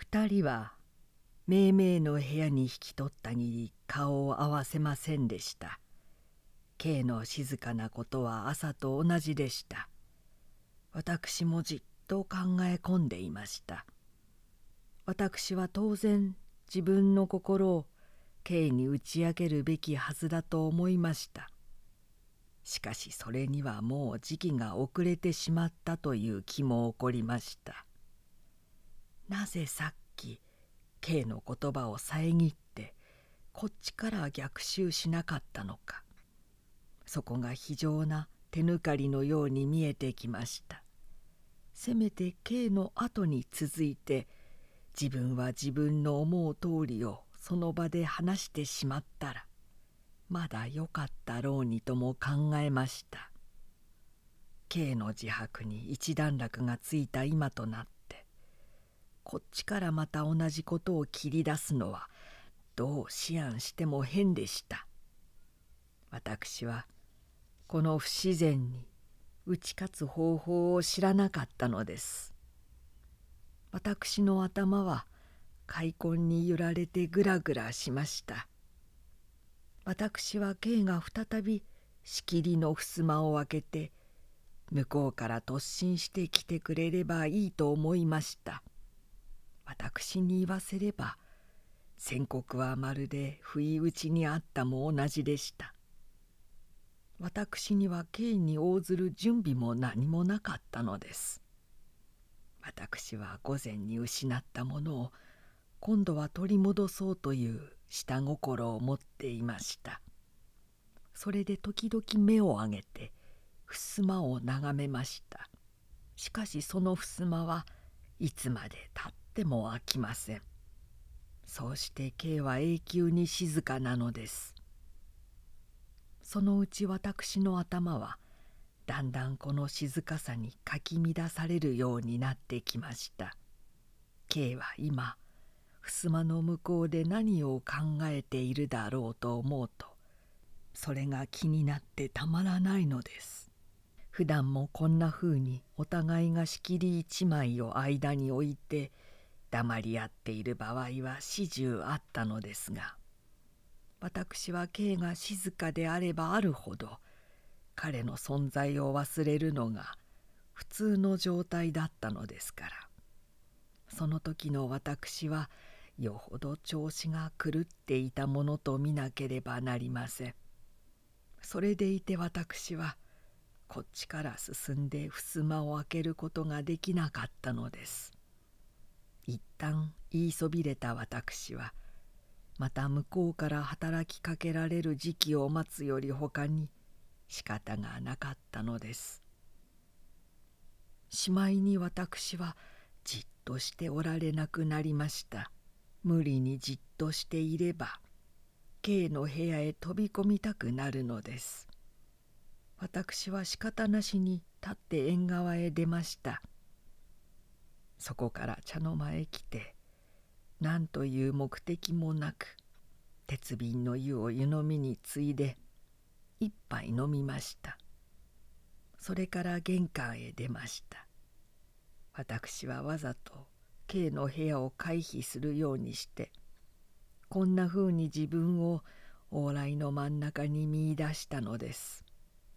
二人はめいめいの部屋に引き取ったに顔を合わせませんでした。Kの静かなことは朝と同じでした。私もじっと考え込んでいました。私は当然自分の心を K に打ち明けるべきはずだと思いました。しかしそれにはもう時期が遅れてしまったという気も起こりました。なぜさっき K の言葉を遮ってこっちから逆襲しなかったのか。そこが非常な手抜かりのように見えてきました。せめて K の後に続いて自分は自分の思う通りをその場で話してしまったらまだよかったろうにとも考えました。K の自白に一段落がついた今となってこっちからまた同じことを切り出すのはどう思案しても変でした。私はこの不自然に打ち勝つ方法を知らなかったのです。私の頭は快感に揺られてぐらぐらしました。私は K が再び仕切りの襖を開けて向こうから突進してきてくれればいいと思いました。私に言わせれば宣告はまるで不意打ちにあったも同じでした。私には K に応ずる準備も何もなかったのです。私は午前に失ったものを今度は取り戻そうという下心を持っていました。それで時々目を上げて襖を眺めました。しかしその襖はいつまでたっても開きません。そうして K は永久に静かなのです。そのうち私の頭はだんだんこの静かさにかき乱されるようになってきました。K は今襖の向こうで何を考えているだろうと思うとそれが気になってたまらないのです。普段もこんなふうにお互いが仕切り一枚を間に置いて黙り合っている場合は始終あったのですが、私は K が静かであればあるほど彼の存在を忘れるのが普通の状態だったのですから、その時の私はよほど調子が狂っていたものと見なければなりません。それでいて私はこっちから進んで襖を開けることができなかったのです。一旦言いそびれた私はまた向こうから働きかけられる時期を待つよりほかに仕方がなかったのです。しまいに私はじっとしておられなくなりました。無理にじっとしていれば K の部屋へ飛び込みたくなるのです。私は仕方なしに立って縁側へ出ました。そこから茶の間へ来て何という目的もなく鉄瓶の湯を湯飲みについで一杯飲みました。それから玄関へ出ました。私はわざと K の部屋を回避するようにしてこんなふうに自分を往来の真ん中に見出したのです。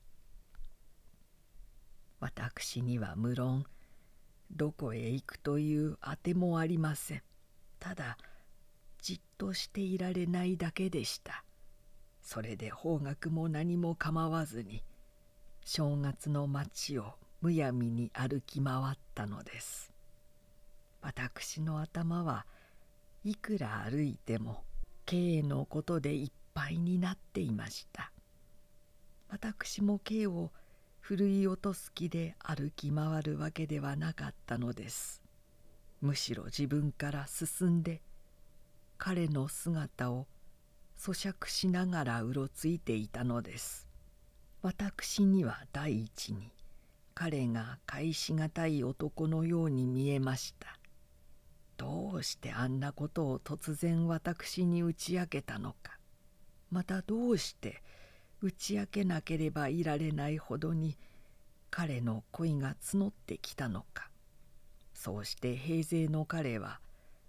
私には無論どこへ行くというあてもありません。ただじっとしていられないだけでした。それで方角も何も構わずに正月の街をむやみに歩き回ったのです。私の頭はいくら歩いても K のことでいっぱいになっていました。私も K をふるい落とす気で歩き回るわけではなかったのです。むしろ自分から進んで彼の姿を咀嚼しながらうろついていたのです。私には第一に彼が返しがたい男のように見えました。どうしてあんなことを突然私に打ち明けたのか、またどうして打ち明けなければいられないほどに彼の恋が募ってきたのか。そうして平勢の彼は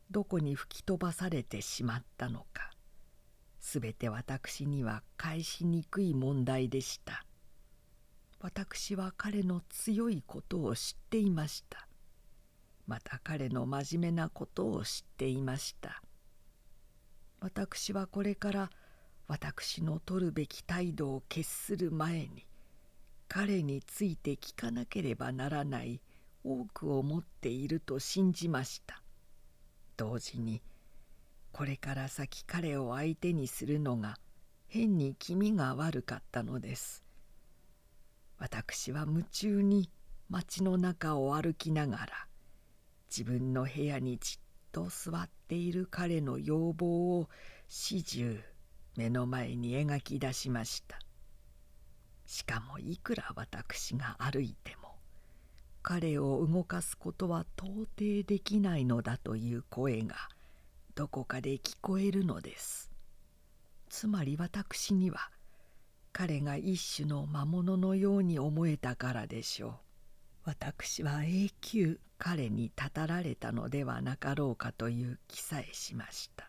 どこに吹き飛ばされてしまったのか、すべて私には返しにくい問題でした。私は彼の強いことを知っていました。また彼の真面目なことを知っていました。私はこれから私の取るべき態度を決する前に、彼について聞かなければならない多くを持っていると信じました。同時にこれから先彼を相手にするのが変に気味が悪かったのです。私は夢中に街の中を歩きながら、自分の部屋にじっと座っている彼の容貌を始終目の前に描き出しました。しかもいくら私が歩いても彼を動かすことは到底できないのだという声がどこかで聞こえるのです。つまり私には彼が一種の魔物のように思えたからでしょう。私は永久彼にたたられたのではなかろうかという気さえしました。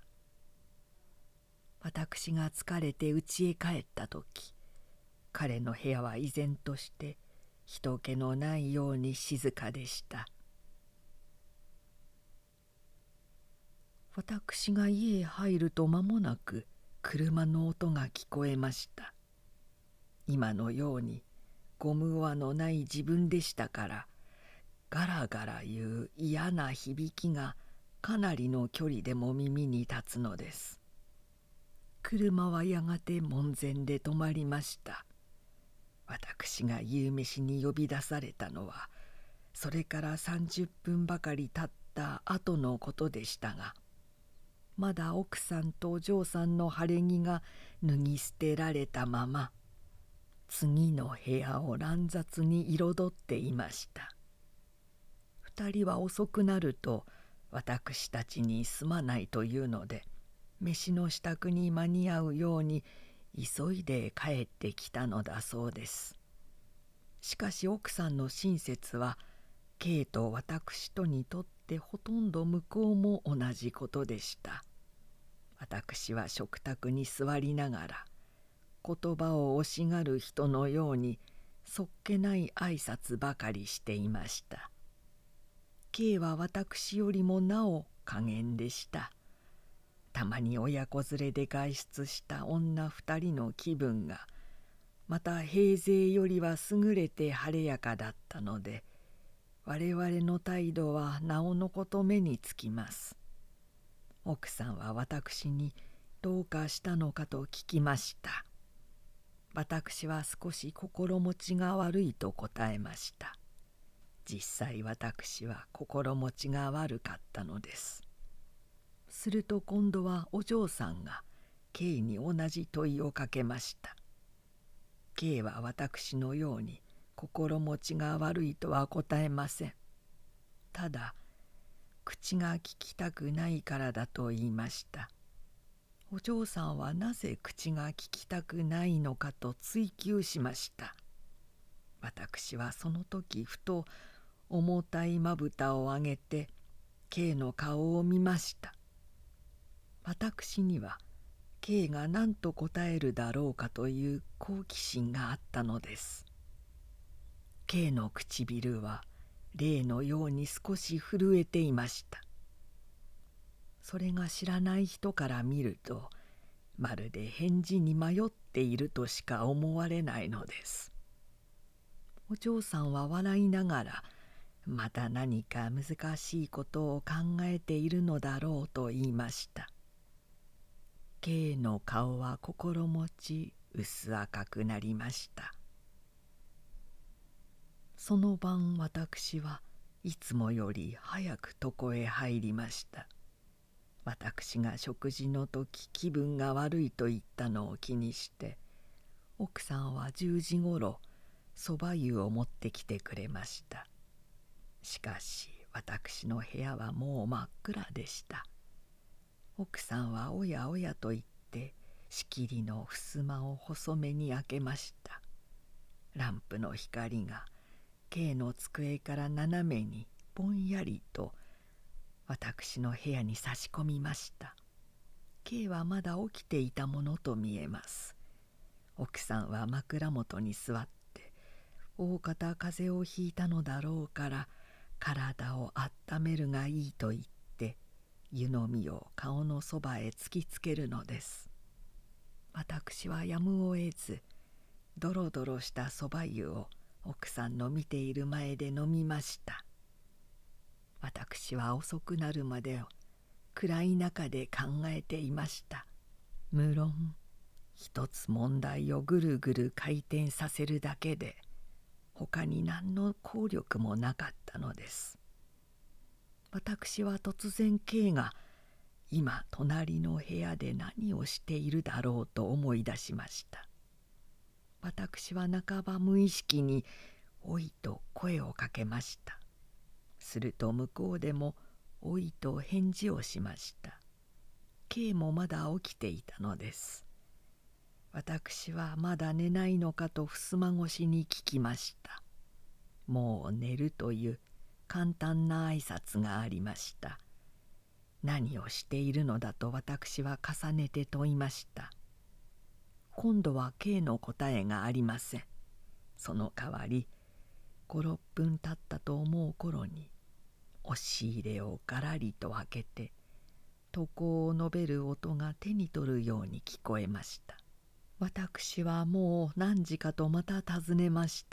私が疲れて家へ帰った時、彼の部屋は依然として人気のないように静かでした。私が家へ入ると間もなく車の音が聞こえました。今のようにゴム輪のない自分でしたから、ガラガラいう嫌な響きがかなりの距離でも耳に立つのです。車はやがて門前で止まりました。私が夕飯に呼び出されたのはそれから30分ばかり経った後のことでしたが、まだ奥さんとお嬢さんの晴れ着が脱ぎ捨てられたまま、次の部屋を乱雑に彩っていました。二人は遅くなると私たちにすまないというので、飯の支度に間に合うように急いで帰ってきたのだそうです。しかし奥さんの親切は K と私とにとってほとんど向こうも同じことでした。私は食卓に座りながら言葉を惜しがる人のようにそっけない挨拶ばかりしていました。K は私よりもなお加減でした。たまに親子連れで外出した女二人の気分がまた平勢よりは優れて晴れやかだったので、我々の態度はなおのこと目につきます。奥さんは私にどうかしたのかと聞きました。私は少し心持ちが悪いと答えました。実際私は心持ちが悪かったのです。すると今度はお嬢さんが K に同じ問いをかけました。K は私のように心持ちが悪いとは答えません。ただ口が聞きたくないからだと言いました。お嬢さんはなぜ口が聞きたくないのかと追求しました。私はその時ふと重たいまぶたを上げて K の顔を見ました。私には K が何と答えるだろうかという好奇心があったのです。K の唇は例のように少し震えていました。それが知らない人から見るとまるで返事に迷っているとしか思われないのです。お嬢さんは笑いながらまた何か難しいことを考えているのだろうと言いました。K の顔は心持ち薄赤くなりました。その晩私はいつもより早く床へ入りました。私が食事の時気分が悪いと言ったのを気にして奥さんは10時ごろそば湯を持ってきてくれました。しかし私の部屋はもう真っ暗でした。奥さんはおやおやと言って仕切りの襖を細めに開けました。ランプの光がKの机から斜めにぼんやりと私の部屋に差し込みました。K はまだ起きていたものと見えます。奥さんは枕元に座って大方風邪をひいたのだろうから体をあっためるがいいと言って湯飲みを顔のそばへ突きつけるのです。私はやむを得ずドロドロしたそば湯を奥さんの見ている前で飲みました。私は遅くなるまで暗い中で考えていました。無論一つ問題をぐるぐる回転させるだけで他に何の効力もなかったのです。私は突然 K が今隣の部屋で何をしているだろうと思い出しました。私は半ば無意識に「おい」と声をかけました。すると向こうでも「おい」と返事をしました。K もまだ起きていたのです。私はまだ寝ないのかと襖越しに聞きました。もう寝るという簡単な挨拶がありました。何をしているのだと私は重ねて問いました。今度は K の答えがありません。その代わり5、6分経ったと思う頃に押し入れをガラリと開けて床を述べる音が手に取るように聞こえました。私はもう何時かとまた尋ねました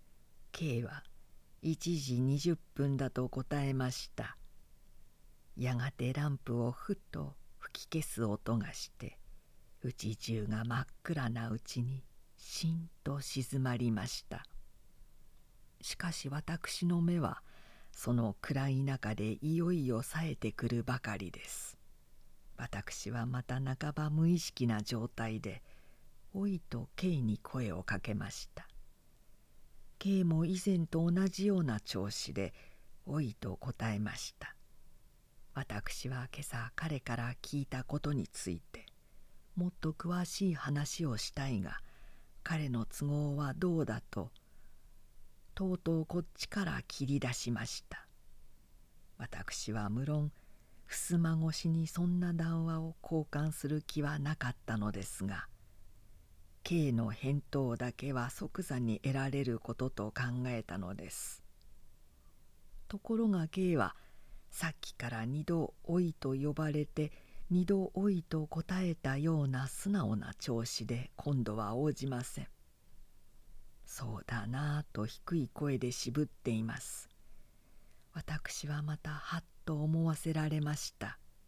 。K は1時20分だと答えました。やがてランプをふっと吹き消す音がして家中が真っ暗なうちにしんと静まりました。しかし私の目はその暗い中でいよいよ冴えてくるばかりです。私はまた半ば無意識な状態で「おい」と K に声をかけました。K も以前と同じような調子で「おい」と答えました。私は今朝彼から聞いたことについてもっと詳しい話をしたいが彼の都合はどうだととうとうこっちから切り出しました。私は無論襖越しにそんな談話を交換する気はなかったのですが K の返答だけは即座に得られることと考えたのです。ところが K はさっきから2度「おい」と呼ばれて2度「おい」と答えたような素直な調子で今度は応じません。そうだなぁと低い声で渋っています。私はまたはっと思わせられました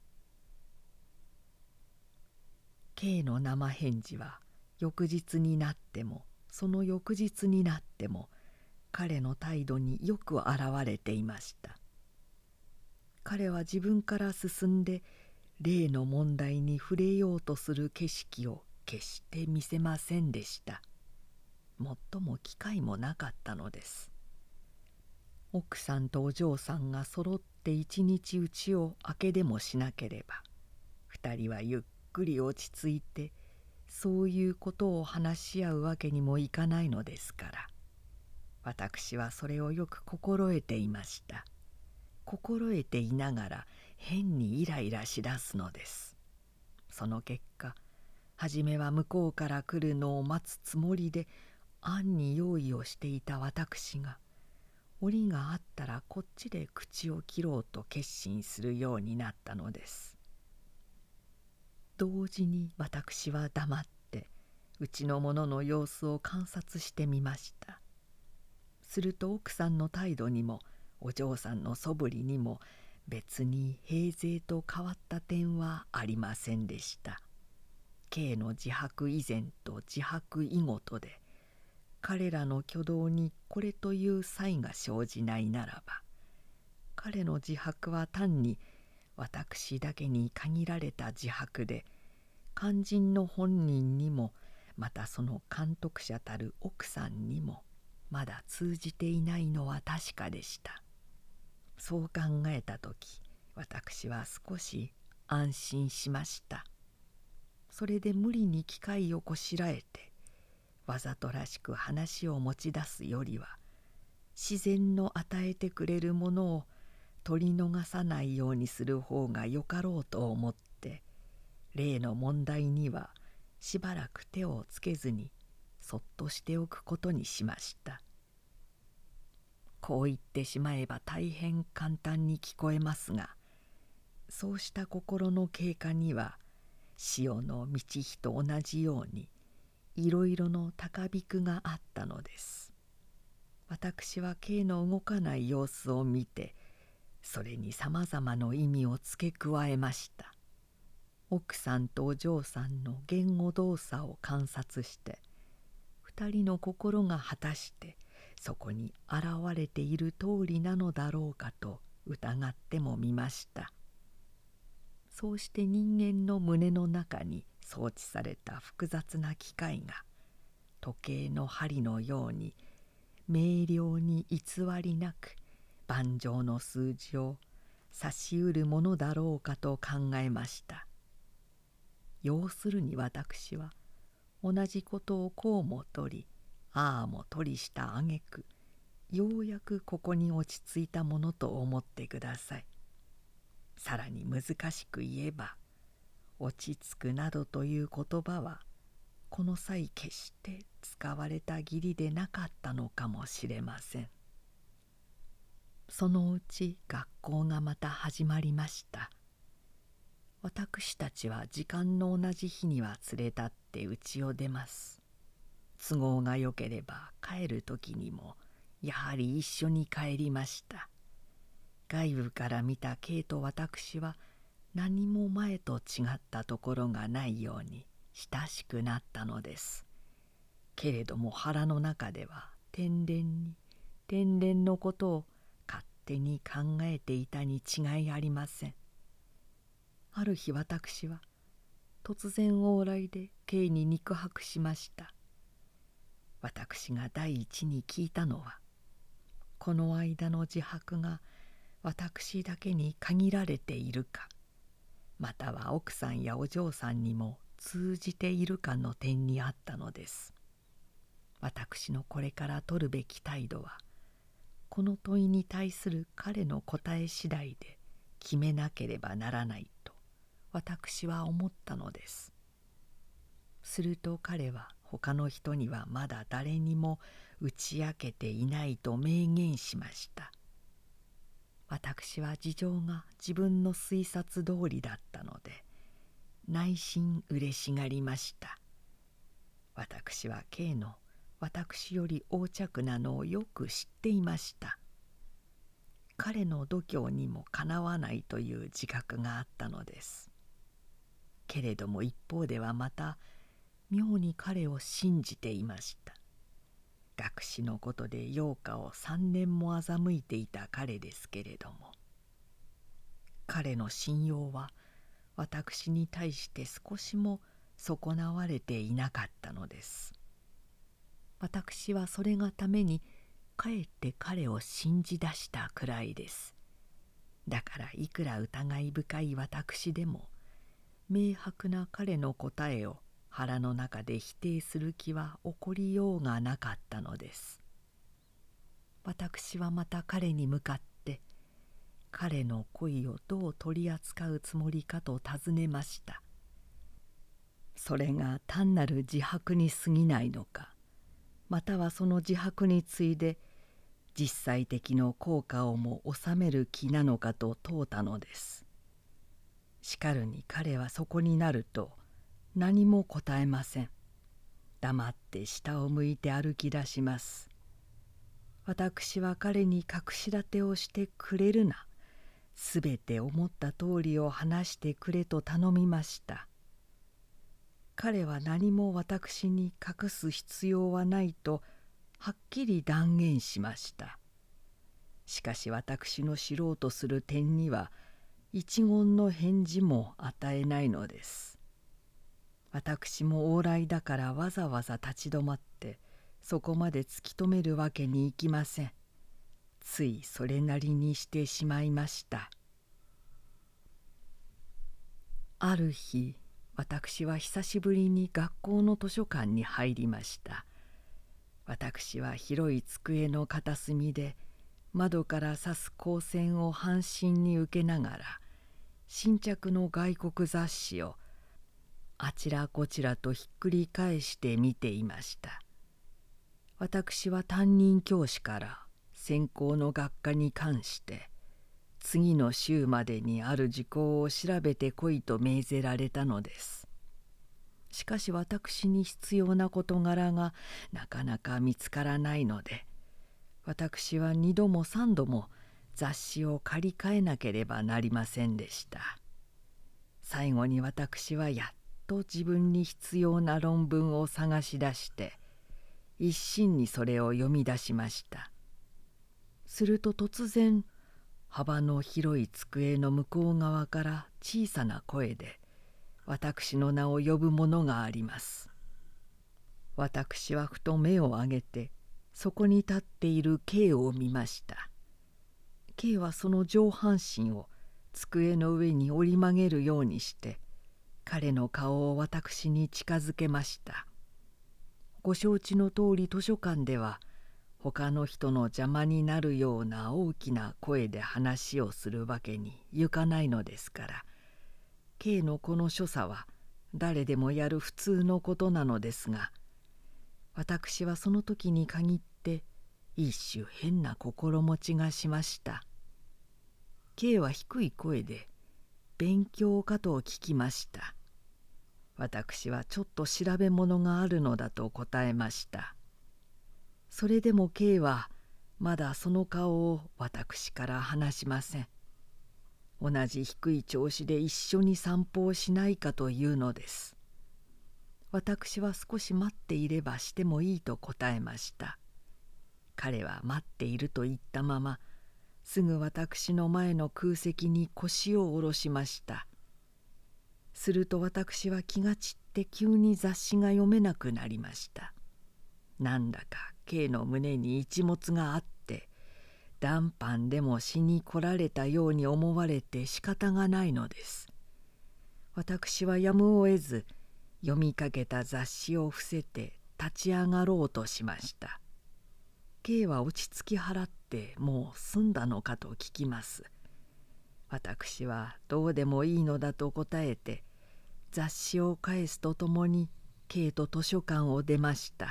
。K の生返事は翌日になってもその翌日になっても彼の態度によく現れていました。彼は自分から進んで例の問題に触れようとする景色を決して見せませんでした。もっとも機会もなかったのです。奥さんとお嬢さんがそろって一日うちを明けでもしなければ二人はゆっくり落ち着いてそういうことを話し合うわけにもいかないのですから、私はそれをよく心得ていました。心得ていながら変にイライラしだすのです。その結果初めは向こうから来るのを待つつもりで暗に用意をしていた私が折があったらこっちで口を切ろうと決心するようになったのです。同時に私は黙ってうちの者の様子を観察してみました。すると奥さんの態度にもお嬢さんの素振りにも別に平静と変わった点はありませんでした。K の自白以前と自白以後とで彼らの挙動にこれという差異が生じないならば彼の自白は単に私だけに限られた自白で肝心の本人にもまたその監督者たる奥さんにもまだ通じていないのは確かでした。そう考えた時私は少し安心しました。それで無理に機会をこしらえてわざとらしく話を持ち出すよりは自然の与えてくれるものを取り逃さないようにする方がよかろうと思って例の問題にはしばらく手をつけずにそっとしておくことにしました。こう言ってしまえば大変簡単に聞こえますが、そうした心の経過には潮の満ち干と同じようにいろいろの高びくがあったのです。私は K の動かない様子を見て、それにさまざまの意味を付け加えました。奥さんとお嬢さんの言語動作を観察して、二人の心が果たしてそこに現れている通りなのだろうかと疑ってもみました。そうして人間の胸の中に装置された複雑な機械が時計の針のように明瞭に偽りなく盤上の数字を指しうるものだろうかと考えました。要するに私は同じことをこうも取りああも取りした挙句ようやくここに落ち着いたものと思ってください。さらに難しく言えば落ち着くなどという言葉はこの際決して使われた義理でなかったのかもしれません。そのうち学校がまた始まりました。私たちは時間の同じ日には連れ立って家を出ます。都合がよければ帰る時にもやはり一緒に帰りました。外部から見た K と私は何も前と違ったところがないように親しくなったのです。けれども腹の中では天然のことを勝手に考えていたに違いありません。ある日私は突然往来で K に肉薄しました。私が第一に聞いたのは、この間の自白が私だけに限られているか、または奥さんやお嬢さんにも通じているかの点にあったのです。私のこれから取るべき態度は、この問いに対する彼の答え次第で決めなければならないと私は思ったのです。すると彼は他の人にはまだ誰にも打ち明けていないと明言しました。私は事情が自分の推察通りだったので内心嬉しがりました。私は K の私より横着なのをよく知っていました。彼の度胸にもかなわないという自覚があったのです。けれども一方ではまた妙に彼を信じていました。学士のことで陽花を3年も欺いていた彼ですけれども、彼の信用は私に対して少しも損なわれていなかったのです。私はそれがためにかえって彼を信じ出したくらいです。だからいくら疑い深い私でも明白な彼の答えを腹の中で否定する気は起こりようがなかったのです。私はまた彼に向かって彼の恋をどう取り扱うつもりかと尋ねました。それが単なる自白に過ぎないのか、またはその自白に次いで実際的の効果をも収める気なのかと問うたのです。しかるに彼はそこになると何も答えません。黙って下を向いて歩き出します。私は彼に隠し立てをしてくれるな、すべて思った通りを話してくれと頼みました。彼は何も私に隠す必要はないとはっきり断言しました。しかし私の知ろうとする点には一言の返事も与えないのです。私も往来だからわざわざ立ち止まってそこまで突き止めるわけにいきません。ついそれなりにしてしまいました。ある日、私は久しぶりに学校の図書館に入りました。私は広い机の片隅で窓から差す光線を半身に受けながら新着の外国雑誌をあちらこちらとひっくり返して見ていました。私は担任教師から専攻の学科に関して次の週までにある事項を調べてこいと命ぜられたのです。しかし私に必要な事柄がなかなか見つからないので、私は2度も3度も雑誌を借り換えなければなりませんでした。最後に私はやっと自分に必要な論文を探し出して一心にそれを読み出しました。すると突然幅の広い机の向こう側から小さな声で私の名を呼ぶものがあります。私はふと目を上げてそこに立っている K を見ました。K はその上半身を机の上に折り曲げるようにして彼の顔を私に近づけました。ご承知の通り図書館では他の人の邪魔になるような大きな声で話をするわけにいかないのですから、 K のこの所作は誰でもやる普通のことなのですが、私はその時に限って一種変な心持ちがしました。 K は低い声で「勉強か」と聞きました。私はちょっと調べ物があるのだと答えました。それでも K はまだその顔を私から離しません。同じ低い調子で一緒に散歩をしないかというのです。私は少し待っていればしてもいいと答えました。彼は待っていると言ったまますぐ私の前の空席に腰を下ろしました。すると私は気が散って急に雑誌が読めなくなりました。なんだか K の胸に一物があって談判でもしに来られたように思われて仕方がないのです。私はやむを得ず読みかけた雑誌を伏せて立ち上がろうとしました。 K は落ち着き払ってもう済んだのかと聞きます。私はどうでもいいのだと答えて雑誌を返すとともに K と図書館を出ました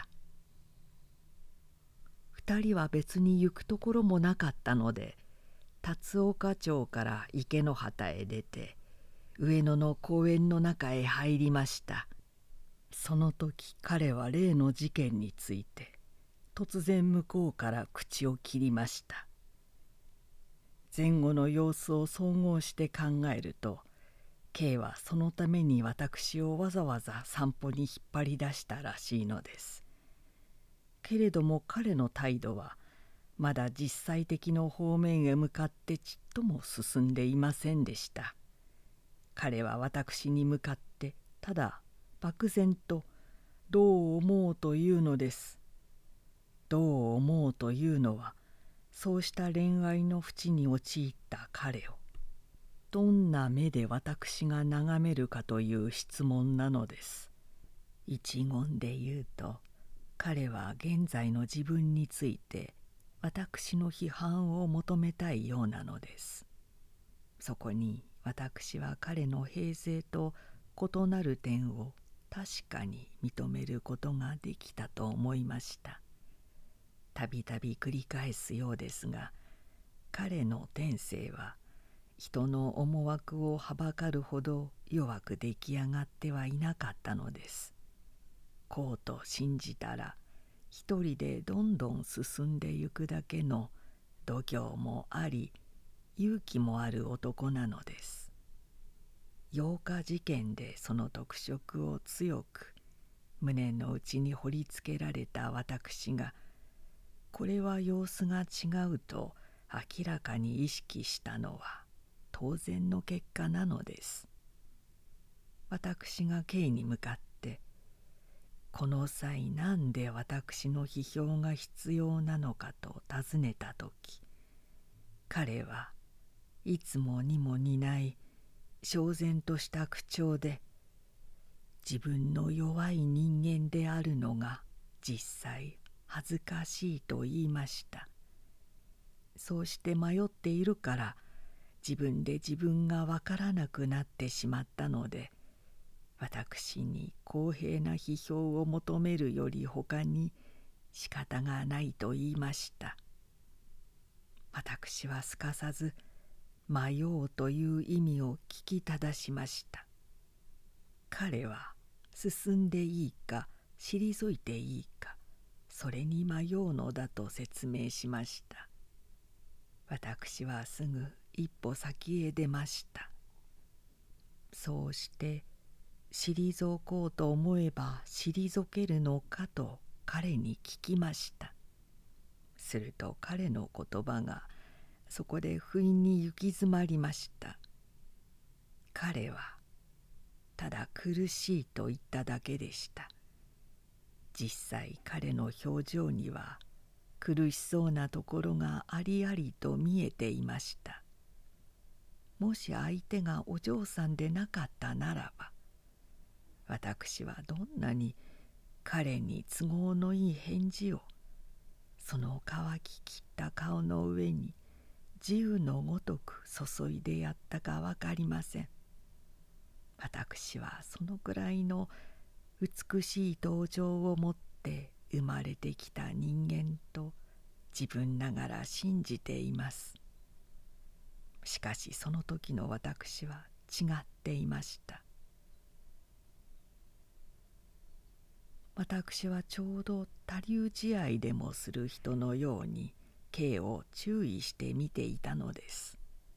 。2人は別に行くところもなかったので龍岡町から池の端へ出て上野の公園の中へ入りました。その時彼は例の事件について突然向こうから口を切りました。前後の様子を総合して考えると K はそのために私をわざわざ散歩に引っ張り出したらしいのです。けれども彼の態度はまだ実際的の方面へ向かってちっとも進んでいませんでした。彼は私に向かってただ漠然と「どう思う」というのです。どう思うというのはそうした恋愛の淵に陥った彼をどんな目で私が眺めるかという質問なのです。一言で言うと彼は現在の自分について私の批判を求めたいようなのです。そこに私は彼の平静と異なる点を確かに認めることができたと思いました。たびたび繰り返すようですが、彼の天性は人の思惑をはばかるほど弱く出来上がってはいなかったのです。こうと信じたら一人でどんどん進んでゆくだけの度胸もあり勇気もある男なのです。8日事件でその特色を強く胸の内に掘りつけられた私がこれは様子が違うと明らかに意識したのは当然の結果なのです。私が K に向かって「この際なんで私の批評が必要なのか」と尋ねた時、彼はいつもにも似ない焦然とした口調で自分の弱い人間であるのが実際恥ずかしいと言いました。 そうして迷っているから自分で自分がわからなくなってしまったので、私に公平な批評を求めるよりほかに仕方がないと言いました。私はすかさず迷うという意味を聞きただしました。彼は進んでいいか退いていいか、それに迷うのだと説明しました。私はすぐ一歩先へ出ました。そうして退こうと思えば退けるのかと彼に聞きました。すると彼の言葉がそこで不意に行き詰まりました。彼はただ苦しいと言っただけでした。実際彼の表情には苦しそうなところがありありと見えていました。もし相手がお嬢さんでなかったならば、私はどんなに彼に都合のいい返事をその乾ききった顔の上に自由のごとく注いでやったか分かりません。私はそのくらいの美しい登場を持って生まれてきた人間と自分ながら信じています。しかしその時の私は違っていました。私はちょうど他流試合でもする人のようにKを注意して見ていたのです。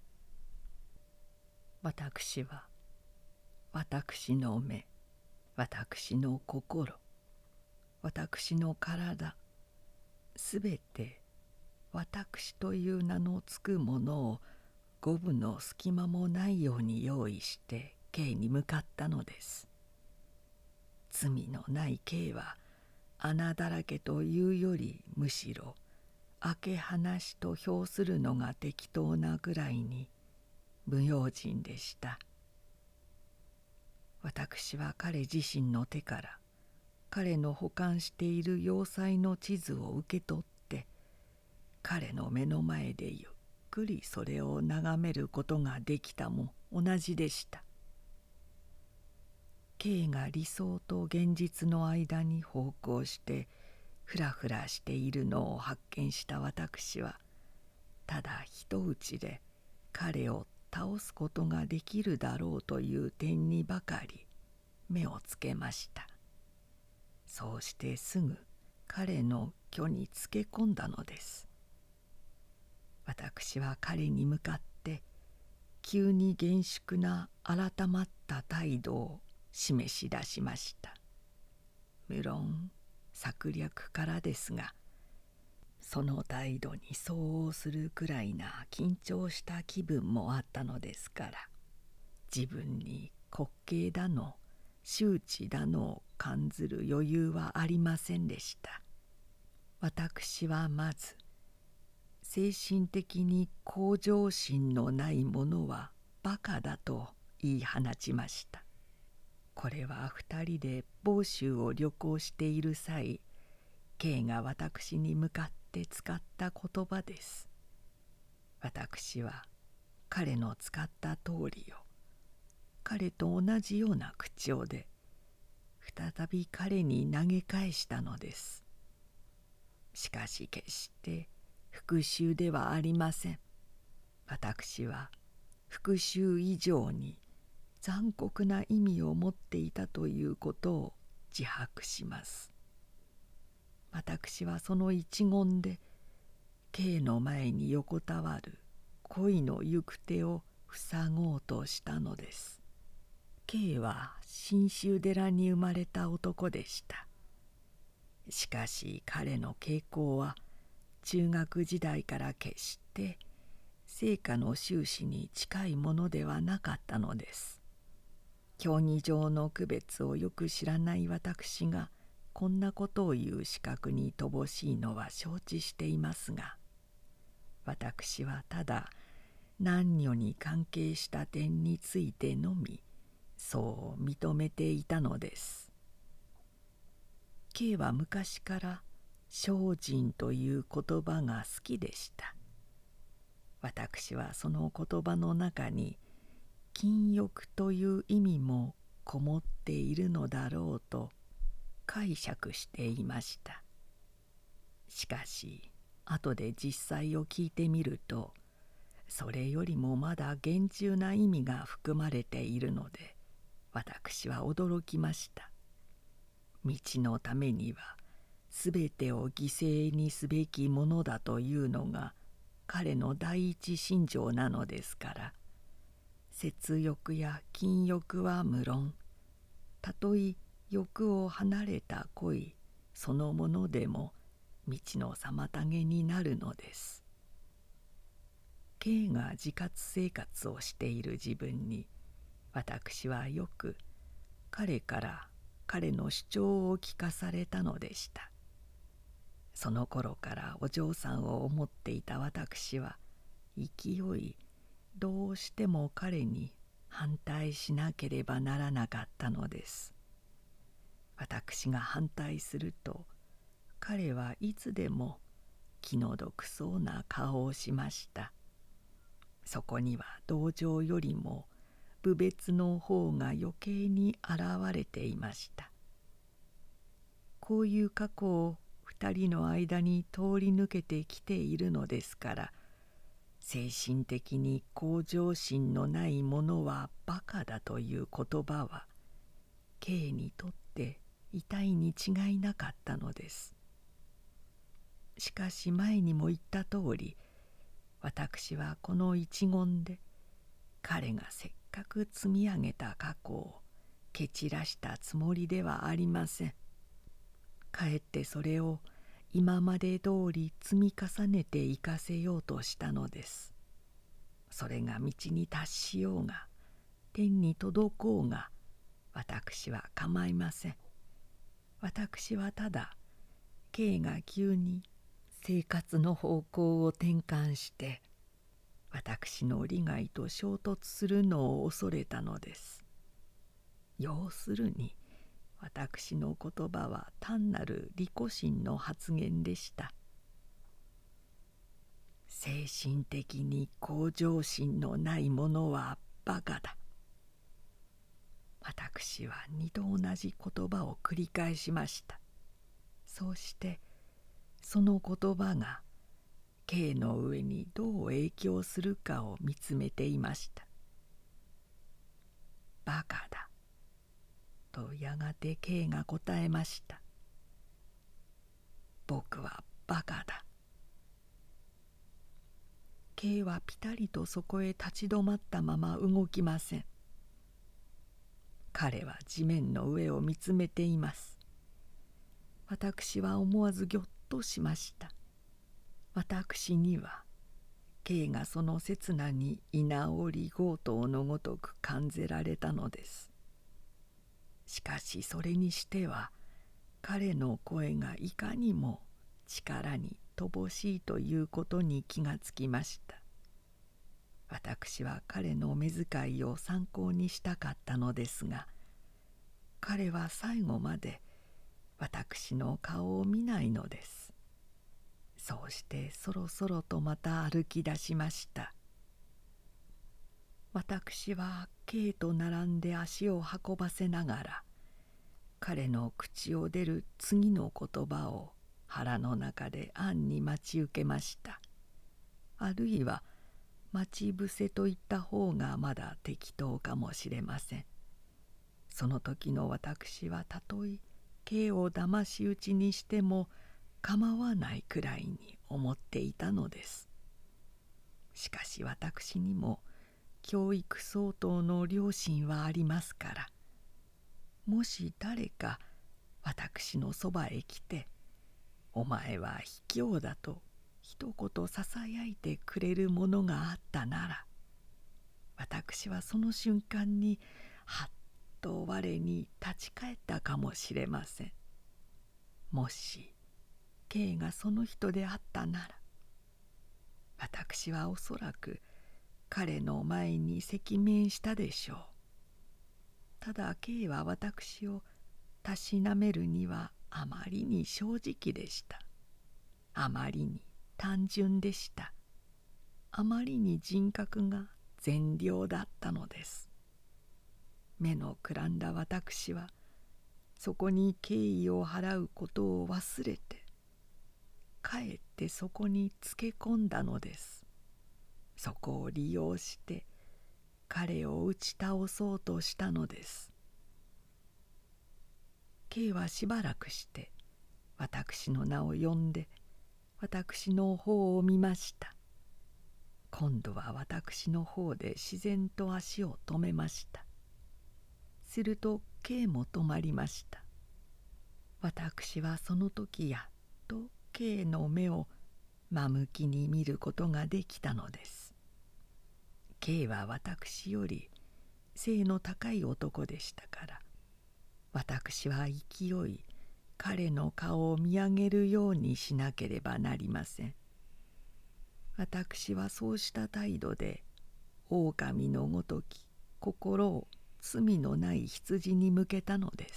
私は私の目、私の心、私の体、すべて私という名のつくものを五分の隙間もないように用意して K に向かったのです。罪のない K は穴だらけというよりむしろ明け話と評するのが適当なぐらいに無用心でした。私は彼自身の手から彼の保管している要塞の地図を受け取って彼の目の前でゆっくりそれを眺めることができたも同じでした。Kが理想と現実の間に咆哮してふらふらしているのを発見した私はただ一打ちで彼を倒すことができるだろうという点にばかり目をつけました。そうしてすぐ彼の居につけ込んだのです。私は彼に向かって急に厳粛な改まった態度を示し出しました。無論策略からですが、その態度に相応するくらいな緊張した気分もあったのですから、自分に滑稽だの羞恥だのを感ずる余裕はありませんでした。私はまず精神的に向上心のないものはバカだと言い放ちました。これは二人で房州を旅行している際、Kが私に向かって使った言葉です。私は彼の使った通りを彼と同じような口調で再び彼に投げ返したのです。しかし決して復讐ではありません。私は復讐以上に残酷な意味を持っていたということを自白します。私はその一言で K の前に横たわる恋の行く手を塞ごうとしたのです。K は信州寺に生まれた男でした。しかし彼の傾向は中学時代から決して聖歌の修士に近いものではなかったのです。競技場の区別をよく知らない私がこんなことを言う資格に乏しいのは承知していますが、私はただ男女に関係した点についてのみそう認めていたのです。K は昔から精進という言葉が好きでした。 私はその言葉の中に禁欲という意味もこもっているのだろうと解釈していました。しかし後で実際を聞いてみると、それよりもまだ厳重な意味が含まれているので、私は驚きました。道のためにはすべてを犠牲にすべきものだというのが彼の第一信条なのですから、節欲や禁欲は無論、たとえ欲を離れた恋そのものでも道の妨げになるのです。K が自活生活をしている自分に、私はよく彼から彼の主張を聞かされたのでした。その頃からお嬢さんを思っていた私は、勢いどうしても彼に反対しなければならなかったのです。私が反対すると、彼はいつでも気の毒そうな顔をしました。そこには同情よりも侮蔑の方が余計に現れていました。こういう過去を二人の間に通り抜けてきているのですから、精神的に向上心のない者はバカだという言葉は K にとって痛いに違いなかったのです。しかし前にも言った通り、私はこの一言で彼がせっかく積み上げた過去を蹴散らしたつもりではありません。かえってそれを今まで通り積み重ねていかせようとしたのです。それが道に達しようが天に届こうが私は構いません。私はただ K が急に生活の方向を転換して私の利害と衝突するのを恐れたのです。要するに私の言葉は単なる利己心の発言でした。精神的に向上心のない者はバカだ。私は二度同じ言葉を繰り返しました。そうしてその言葉が K の上にどう影響するかを見つめていました。バカだとやがて K が答えました。僕はバカだ。K はぴたりとそこへ立ち止まったまま動きません。彼は地面の上を見つめています。私は思わずぎょっとしました。私には K がその刹那に居直り強盗のごとく感じられたのです。しかしそれにしては彼の声がいかにも力に乏しいということに気がつきました。私は彼の目遣いを参考にしたかったのですが、彼は最後まで私の顔を見ないのです。そうしてそろそろとまた歩き出しました。私は K と並んで足を運ばせながら、彼の口を出る次の言葉を腹の中で暗に待ち受けました。あるいは待ち伏せと言った方がまだ適当かもしれません。その時の私はたとえ K を騙し討ちにしても構わないくらいに思っていたのです。しかし私にも教育相当の良心はありますから、もし誰か私のそばへ来て「お前は卑怯だ」と一言ささやいてくれるものがあったなら、私はその瞬間にはっと我に立ち返ったかもしれません。もし K がその人であったなら、私はおそらく彼の前に赤面したでしょう。ただ K は私をたしなめるにはあまりに正直でした。あまりに単純でした。 あまりに人格が善良だったのです。目のくらんだ私はそこに敬意を払うことを忘れてかえってそこにつけ込んだのです。そこを利用して彼を打ち倒そうとしたのです。K はしばらくして私の名を呼んで私の方を見ました。今度は私の方で自然と足を止めました。すると K も止まりました。私はその時やっと K の目を真向きに見ることができたのです。K は私より背の高い男でしたから、私は勢い彼の顔を見上げるようにしなければなりません。私はそうした態度で狼のごとき心を罪のない羊に向けたのです。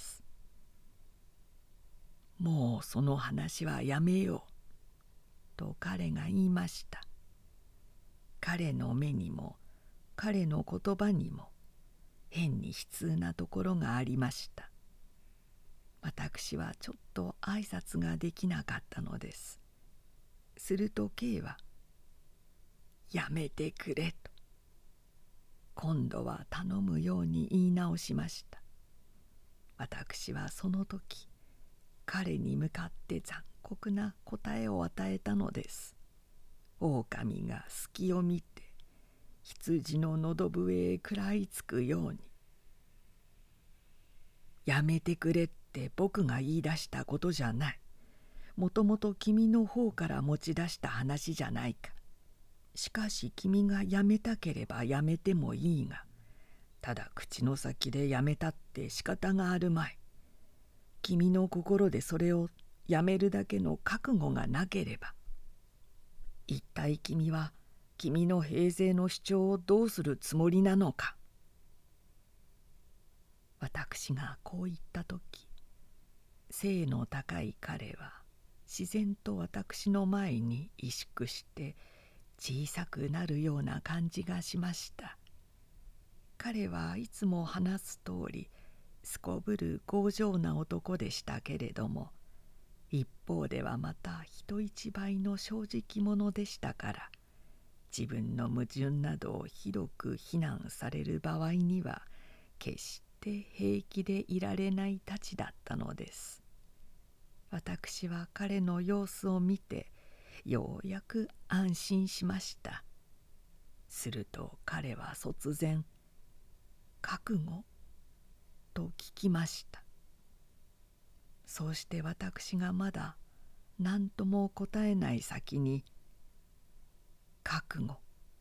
もうその話はやめようと彼が言いました。彼の目にも彼の言葉にも変に悲痛なところがありました。私はちょっと挨拶ができなかったのです。すると K は「やめてくれ」と今度は頼むように言い直しました。私はその時彼に向かって残酷な答えを与えたのです。狼が隙を見て羊の喉笛へ食らいつくように「やめてくれって僕が言い出したことじゃない。もともと君の方から持ち出した話じゃないか。しかし君がやめたければやめてもいいが、ただ口の先でやめたって仕方があるまい。君の心でそれをやめるだけの覚悟がなければ、一体君は君の平生の主張をどうするつもりなのか。私がこう言った時、背の高い彼は自然と私の前に萎縮して小さくなるような感じがしました。彼はいつも話す通りすこぶる強情な男でしたけれども、一方ではまた人一倍の正直者でしたから、自分の矛盾などを広く非難される場合には決して平気でいられないたちだったのです。私は彼の様子を見てようやく安心しました。すると彼は突然「覚悟?」と聞きました。そうして私がまだ何とも答えない先に「覚悟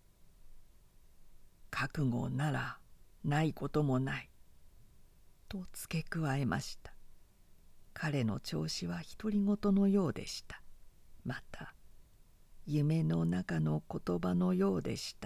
ならないこともない」と付け加えました。彼の調子は独り言のようでした。また夢の中の言葉のようでした。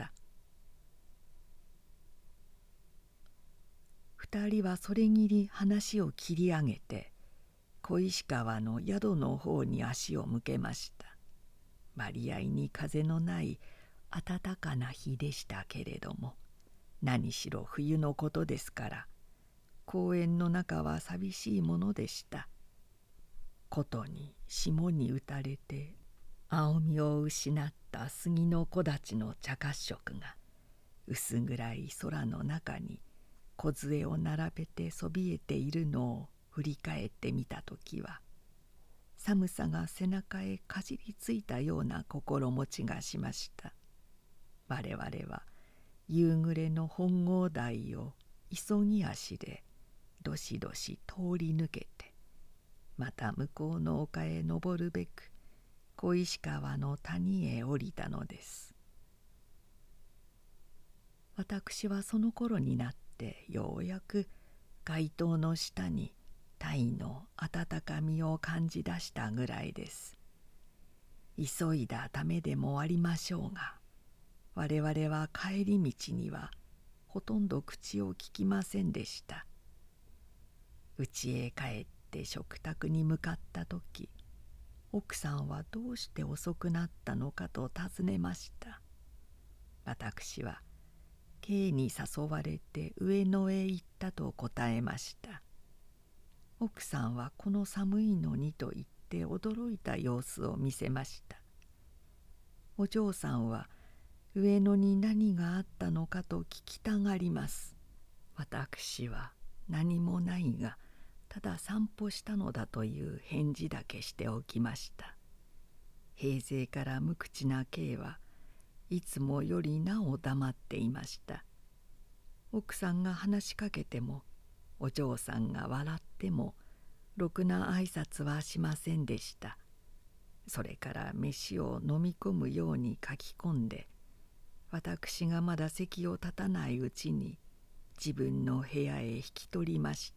二人はそれぎり話を切り上げて小石川の宿の方に足を向けました。割合に風のない暖かな日でしたけれども、何しろ冬のことですから公園の中は寂しいものでした。ことに霜に打たれて青みを失った杉の木立の茶褐色が薄暗い空の中に梢を並べてそびえているのを振り返ってみたときは、寒さが背中へかじりついたような心持ちがしました。我々は夕暮れの本郷台を急ぎ足でどしどし通り抜けて、また向こうの丘へ登るべく小石川の谷へ降りたのです。私はその頃になってようやく街灯の下に鯛の温かみを感じ出したぐらいです。急いだためでもありましょうが、我々は帰り道にはほとんど口をききませんでした。家へ帰って食卓に向かった時、奥さんはどうして遅くなったのかと尋ねました。 私は K に誘われて上野へ行ったと答えました。奥さんはこの寒いのにと言って驚いた様子を見せました。お嬢さんは上野に何があったのかと聞きたがります。私は何もないがただ散歩したのだという返事だけしておきました。平勢から無口な K はいつもよりなお黙っていました。奥さんが話しかけてもお嬢さんが笑ってもろくな挨拶はしませんでした。それから飯を飲み込むように書き込んで、私がまだ席を立たないうちに自分の部屋へ引き取りました。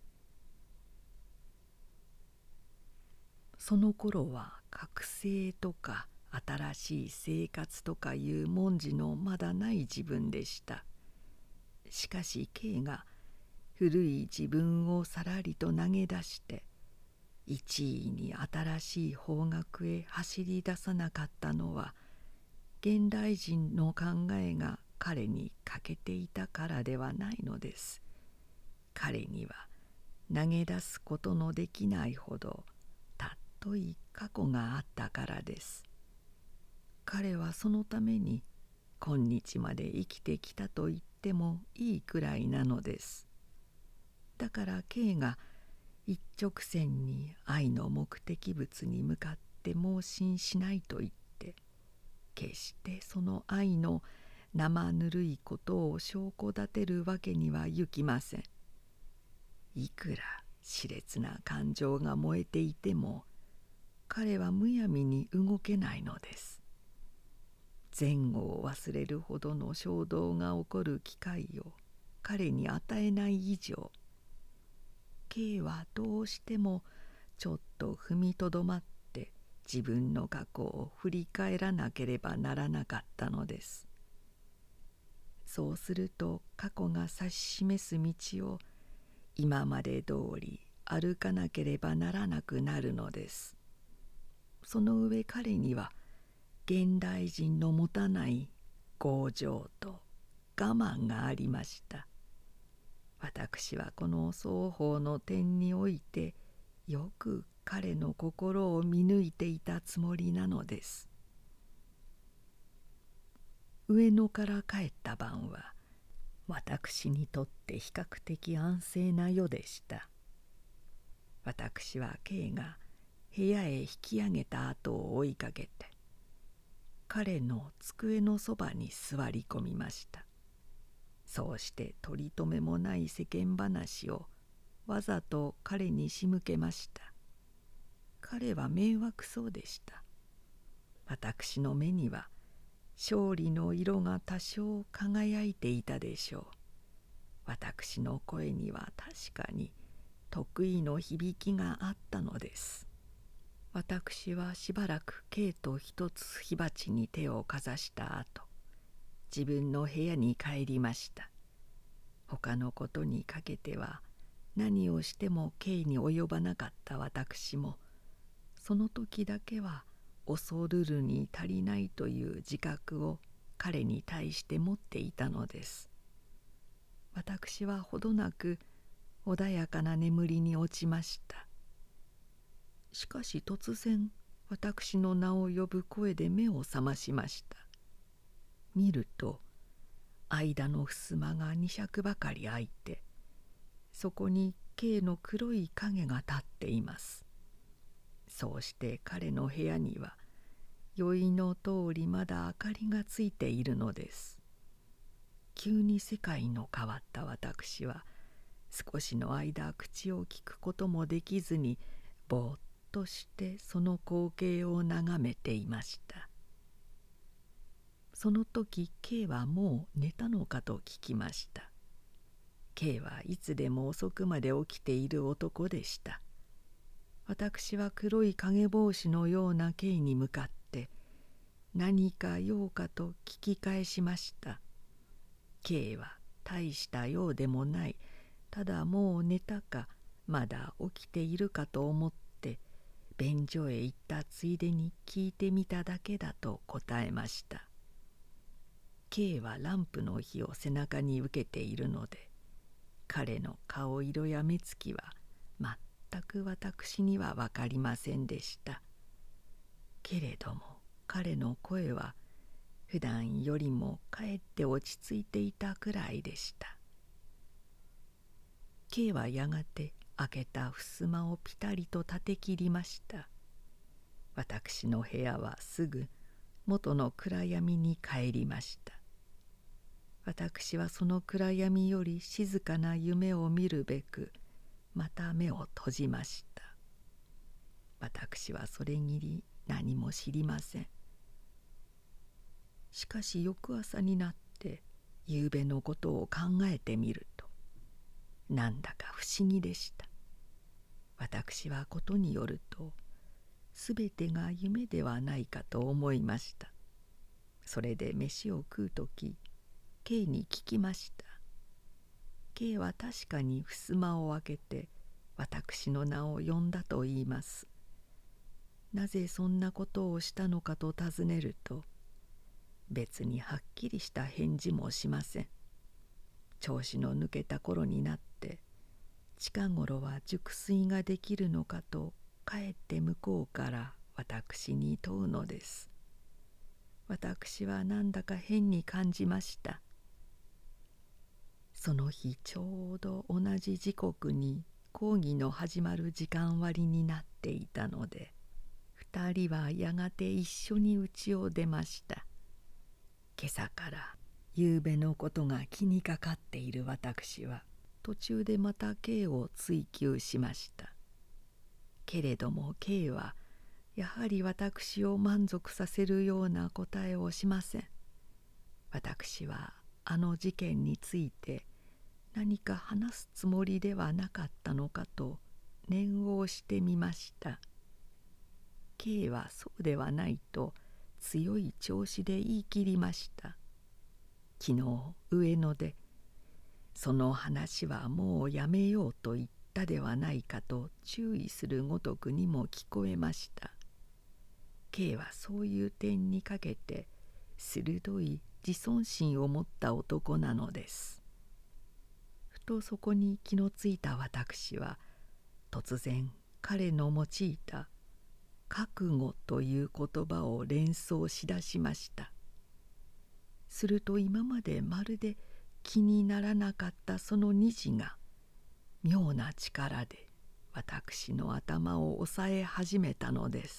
その頃は覚醒とか新しい生活とかいう文字のまだない自分でした。しかし K が古い自分をさらりと投げ出して一位に新しい方角へ走り出さなかったのは現代人の考えが彼に欠けていたからではないのです。彼には投げ出すことのできないほどたっとい過去があったからです。彼はそのために今日まで生きてきたと言ってもいいくらいなのです。だから K が一直線に愛の目的物に向かって盲信しないと言って決してその愛の生ぬるいことを証拠立てるわけにはいきません。いくら熾烈な感情が燃えていても彼はむやみに動けないのです。前後を忘れるほどの衝動が起こる機会を彼に与えない以上、K はどうしてもちょっと踏みとどまって自分の過去を振り返らなければならなかったのです。そうすると過去が指し示す道を今まで通り歩かなければならなくなるのです。その上彼には現代人の持たない強情と我慢がありました。私はこの双方の点においてよく彼の心を見抜いていたつもりなのです。上野から帰った晩は私にとって比較的安静な夜でした。私は K が部屋へ引き上げた後を追いかけて彼の机のそばに座り込みました。そうして取り留めもない世間話をわざと彼に仕向けました。彼は迷惑そうでした。私の目には勝利の色が多少輝いていたでしょう。私の声には確かに得意の響きがあったのです。私はしばらく K と一つ火鉢に手をかざした後、自分の部屋に帰りました。他のことにかけては何をしても K に及ばなかった私も、その時だけは恐るるに足りないという自覚を彼に対して持っていたのです。私はほどなく穏やかな眠りに落ちました。しかし突然私の名を呼ぶ声で目を覚ましました。見ると間の襖が2尺ばかり開いて、そこに K の黒い影が立っています。そうして彼の部屋には酔いの通りまだ明かりがついているのです。急に世界の変わった私は少しの間口を聞くこともできずにぼーっとしてその光景を眺めていました。その時 K はもう寝たのかと聞きました。K はいつでも遅くまで起きている男でした。私は黒い影帽子のような K に向かって何か用かと聞き返しました。K は大したようでもない、ただもう寝たかまだ起きているかと思って便所へ行ったついでに聞いてみただけだと答えました。 K はランプの火を背中に受けているので、彼の顔色や目つきは全く私には分かりませんでした。けれども彼の声は普段よりもかえって落ち着いていたくらいでした。K はやがて開けた襖をぴたりと立て切りました。私の部屋はすぐ元の暗闇に帰りました。私はその暗闇より静かな夢を見るべくまた目を閉じました。私はそれぎり何も知りません。しかし翌朝になって夕べのことを考えてみると、なんだか不思議でした。私はことによるとすべてが夢ではないかと思いました。それで飯を食うとき K に聞きました。K は確かに襖を開けて私の名を呼んだと言います。なぜそんなことをしたのかと尋ねると、別にはっきりした返事もしません。調子の抜けた頃になって近頃は熟睡ができるのかとかえって向こうから私に問うのです。私はなんだか変に感じました。その日ちょうど同じ時刻に講義の始まる時間割になっていたので、2人はやがて一緒に家を出ました。今朝から夕べのことが気にかかっている私は途中でまた K を追求しました。けれども K はやはり私を満足させるような答えをしません。私はあの事件について何か話すつもりではなかったのかと念を押してみました。K はそうではないと強い調子で言い切りました。昨日上野でその話はもうやめようと言ったではないかと注意するごとくにも聞こえました。K はそういう点にかけて鋭い自尊心を持った男なのです。ふとそこに気のついた私は突然彼の用いた覚悟という言葉を連想しだしました。すると今までまるで気にならなかったその虹が妙な力で私の頭を押さえ始めたのです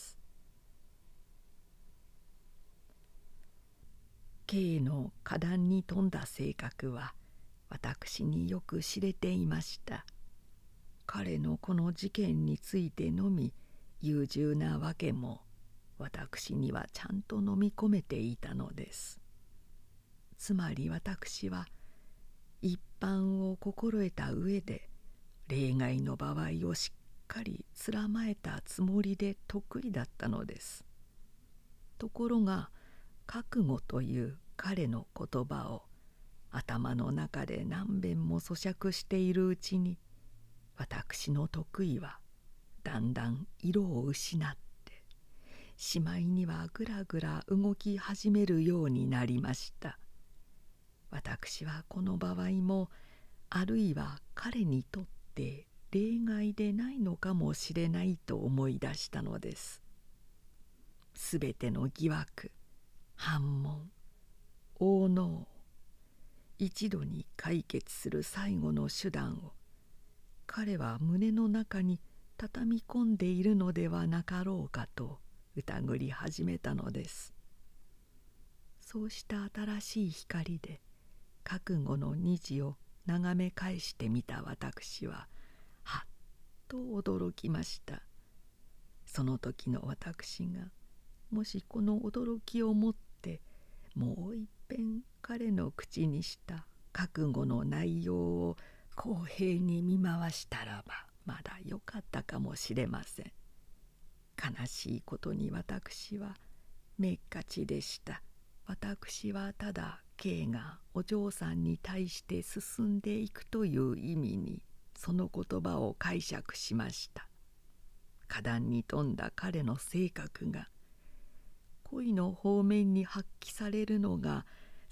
。K の果断に富んだ性格は私によく知れていました。彼のこの事件についてのみ優柔なわけも私にはちゃんと飲み込めていたのです。つまり私は一般を心得た上で例外の場合をしっかりつらまえたつもりで得意だったのです。ところが覚悟という彼の言葉を頭の中で何遍も咀嚼しているうちに、私の得意はだんだん色を失ってしまいにはぐらぐら動き始めるようになりました。私はこの場合もあるいは彼にとって例外でないのかもしれないと思い出したのです。すべての疑惑、反問、応能を一度に解決する最後の手段を彼は胸の中に畳み込んでいるのではなかろうかと疑り始めたのです。そうした新しい光で覚悟の虹を眺め返してみた私ははっと驚きました。その時の私がもしこの驚きをもってもう一遍彼の口にした覚悟の内容を公平に見回したらばまだよかったかもしれません。悲しいことに私はめっかちでした。私はただ K がお嬢さんに対して進んでいくという意味にその言葉を解釈しました。果断に富んだ彼の性格が恋の方面に発揮されるのが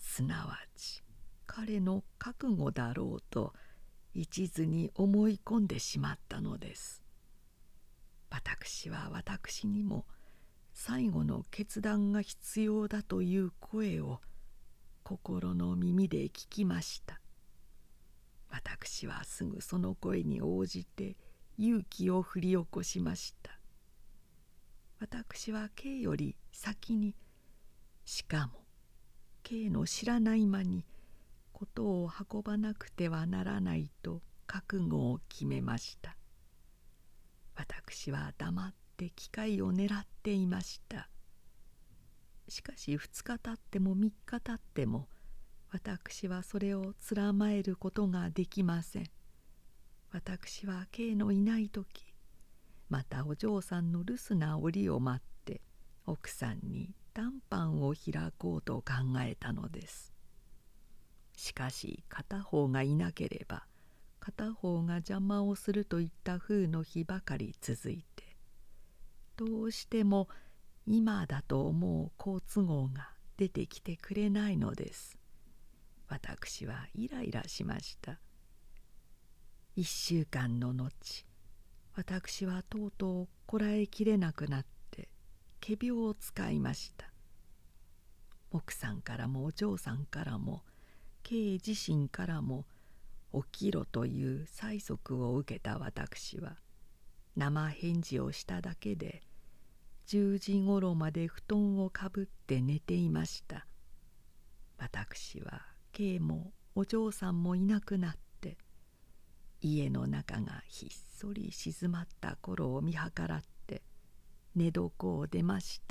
すなわち彼の覚悟だろうと一途に思い込んでしまったのです。私は私にも最後の決断が必要だという声を心の耳で聞きました。私はすぐその声に応じて勇気を振り起こしました。私は K より先に、しかも K の知らない間に事を運ばなくてはならないと覚悟を決めました。私は黙って機会を狙っていました。しかし2日経っても3日経っても私はそれをつらまえることができません。私は K のいない時、またお嬢さんの留守な折を待って奥さんに談判を開こうと考えたのです。しかし片方がいなければ片方が邪魔をするといった風の日ばかり続いて、どうしても今だと思う好都合が出てきてくれないのです。私はイライラしました。1週間の後、私はとうとうこらえきれなくなって仮病を使いました。奥さんからもお嬢さんからも K 自身からも起きろという催促を受けた私は生返事をしただけで10時ごろまで布団をかぶって寝ていました。私は K もお嬢さんもいなくなって家の中がひっそり静まった頃を見計らって寝床を出ました。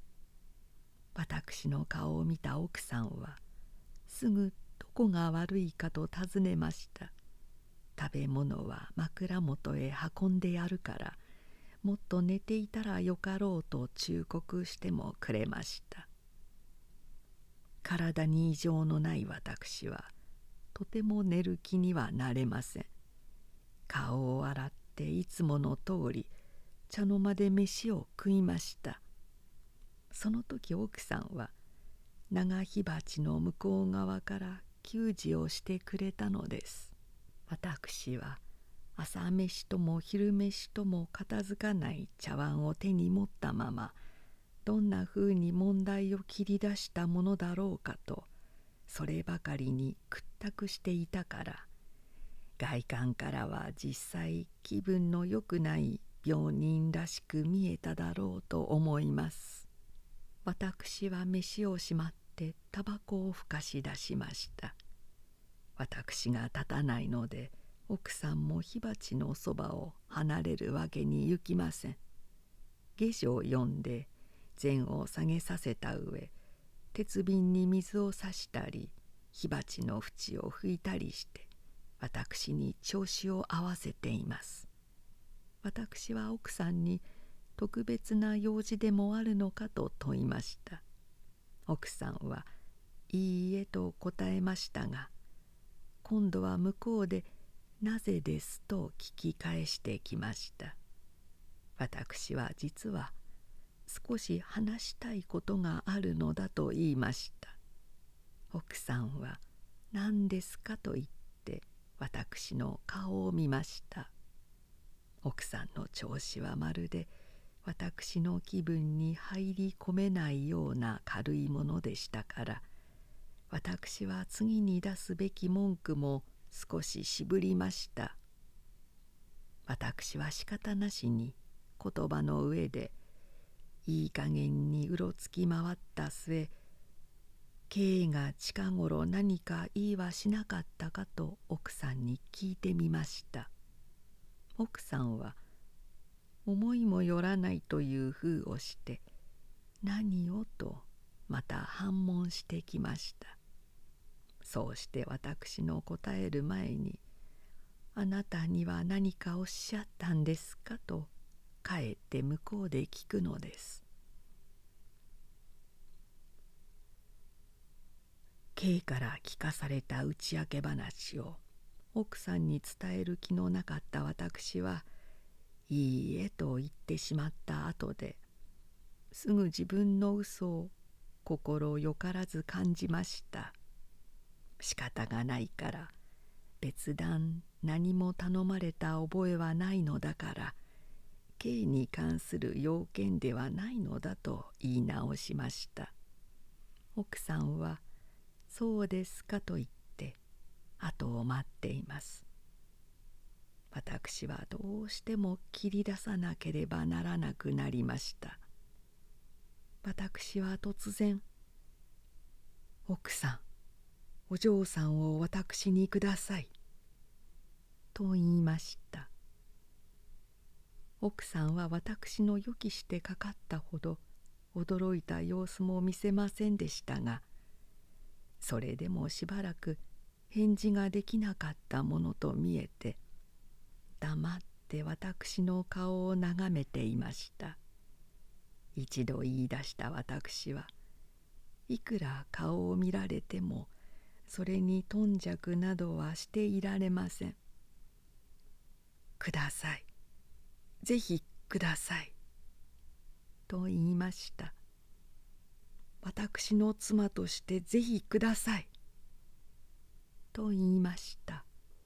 私の顔を見た奥さんはすぐどこが悪いかと尋ねました。食べ物は枕元へ運んでやるからもっと寝ていたらよかろうと忠告してもくれました。体に異常のない私はとても寝る気にはなれません。顔を洗っていつもの通り茶の間で飯を食いました。その時奥さんは長火鉢の向こう側から給仕をしてくれたのです。私は朝飯とも昼飯とも片付かない茶碗を手に持ったまま、どんなふうに問題を切り出したものだろうかとそればかりに屈託していたから、外観からは実際気分のよくない病人らしく見えただろうと思います。私は飯をしまってタバコをふかし出しました。私が立たないので奥さんも火鉢のそばを離れるわけにゆきません。下女を呼んで膳を下げさせた上、鉄瓶に水をさしたり火鉢の縁を拭いたりして私に調子を合わせています。私は奥さんに特別な用事でもあるのかと問いました。奥さんはいいえと答えましたが、今度は向こうでなぜですと聞き返してきました。私は実は少し話したいことがあるのだと言いました。奥さんは何ですかと言って私の顔を見ました。奥さんの調子はまるで私の気分に入り込めないような軽いものでしたから、私は次に出すべき文句も少し渋りました。私は仕方なしに言葉の上でいい加減にうろつき回った末、K が近頃何か言いはしなかったかと奥さんに聞いてみました。奥さんは思いもよらないという風をして何をとまた反問してきました。そうして私の答える前に「あなたには何かおっしゃったんですか?」とかえって向こうで聞くのです。K から聞かされた打ち明け話を奥さんに伝える気のなかった私は「いいえ」と言ってしまった後ですぐ自分の嘘を心よからず感じました。仕方がないから別段何も頼まれた覚えはないのだから刑に関する要件ではないのだと言い直しました。奥さんは「そうですか」と言って後を待っています。私はどうしても切り出さなければならなくなりました。私は突然「奥さん、お嬢さんを私にください」と言いました。奥さんは私の予期してかかったほど驚いた様子も見せませんでしたが、それでもしばらく返事ができなかったものと見えて、黙って私の顔を眺めていました。一度言い出した私はいくら顔を見られてもそれに頓着などはしていられません。ください、ぜひくださいと言いました。私の妻としてぜひくださいと言いました。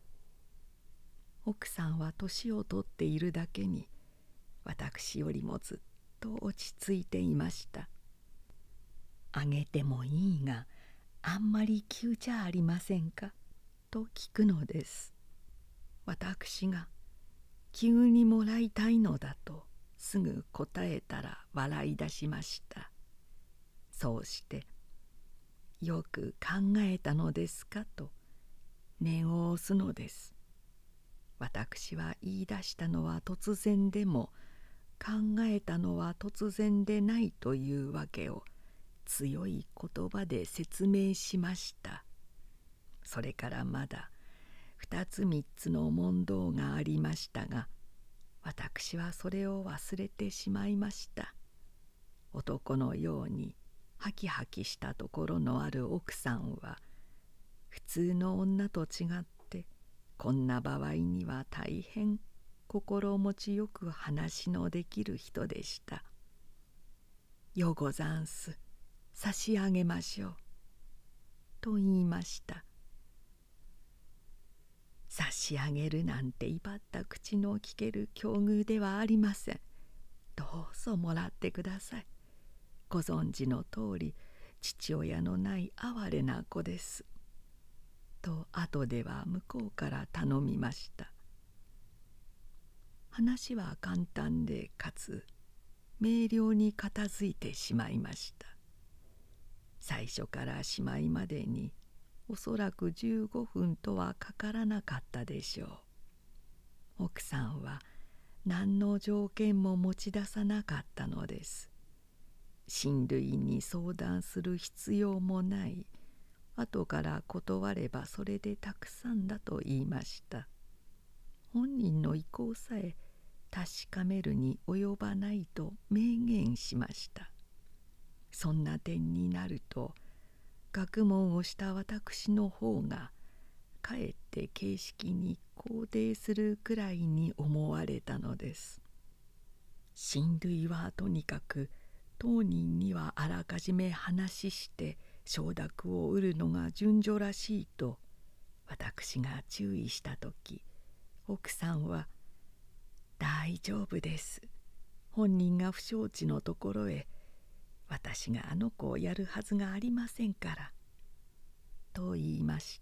奥さんは年を取っているだけに私よりもずっと落ち着いていました。あげてもいいがあんまり急じゃありませんかと聞くのです。私が急にもらいたいのだとすぐ答えたら笑い出しました。そうして「よく考えたのですか」と念を押すのです。私は言い出したのは突然でも考えたのは突然でないというわけを強い言葉で説明しました。それからまだ2つ3つの問答がありましたが、私はそれを忘れてしまいました。男のようにハキハキしたところのある奥さんは普通の女と違ってこんな場合には大変心持ちよく話のできる人でした。よござんす、差し上げましょうと言いました。差し上げるなんて威張った口の聞ける境遇ではありません。どうぞもらってください。ご存知の通り父親のない哀れな子です。と後では向こうから頼みました。話は簡単でかつ明瞭に片付いてしまいました。最初からしまいまでにおそらく15分とはかからなかったでしょう。奥さんは何の条件も持ち出さなかったのです。親類に相談する必要もない、後から断ればそれでたくさんだと言いました。本人の意向さえ確かめるに及ばないと明言しました。そんな点になると学問をした私の方がかえって形式に肯定するくらいに思われたのです。親類はとにかく当人にはあらかじめ話して承諾を得るのが順序らしいと私が注意した時、奥さんは「大丈夫です。本人が不承知のところへ私があの子をやるはずがありませんから」と言いました。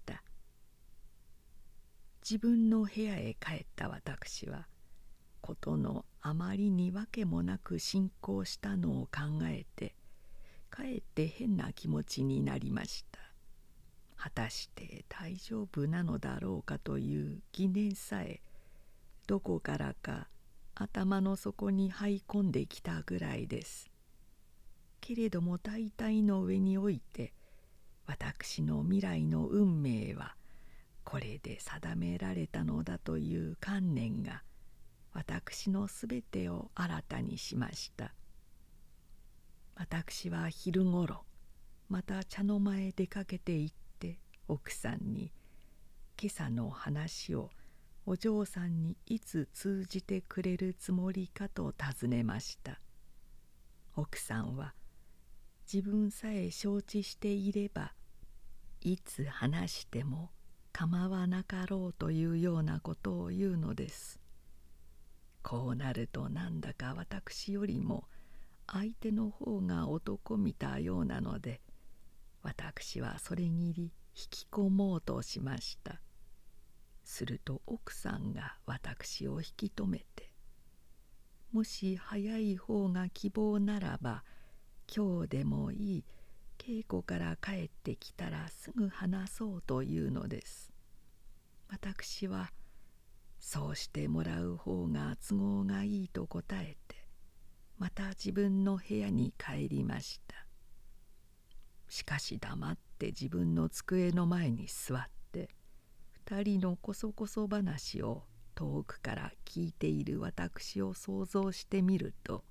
自分の部屋へ帰った私はことのあまりにわけもなく進行したのを考えてかえって変な気持ちになりました。果たして大丈夫なのだろうかという疑念さえどこからか頭の底に這い込んできたぐらいです。けれども大体の上において私の未来の運命はこれで定められたのだという観念が私のすべてを新たにしました。私は昼ごろまた茶の間へ出かけて行って奥さんに今朝の話をお嬢さんにいつ通じてくれるつもりかと尋ねました。奥さんは自分さえ承知していればいつ話しても構わなかろうというようなことを言うのです。こうなるとなんだか私よりも相手の方が男見たようなので、私はそれぎり引き込もうとしました。すると奥さんが私を引き止めて、もし早い方が希望ならば今日でもいい、稽古から帰ってきたらすぐ話そうというのです。私はそうしてもらう方が都合がいいと答えて、また自分の部屋に帰りました。しかし黙って自分の机の前に座って二人のこそこそ話を遠くから聞いている私を想像してみると、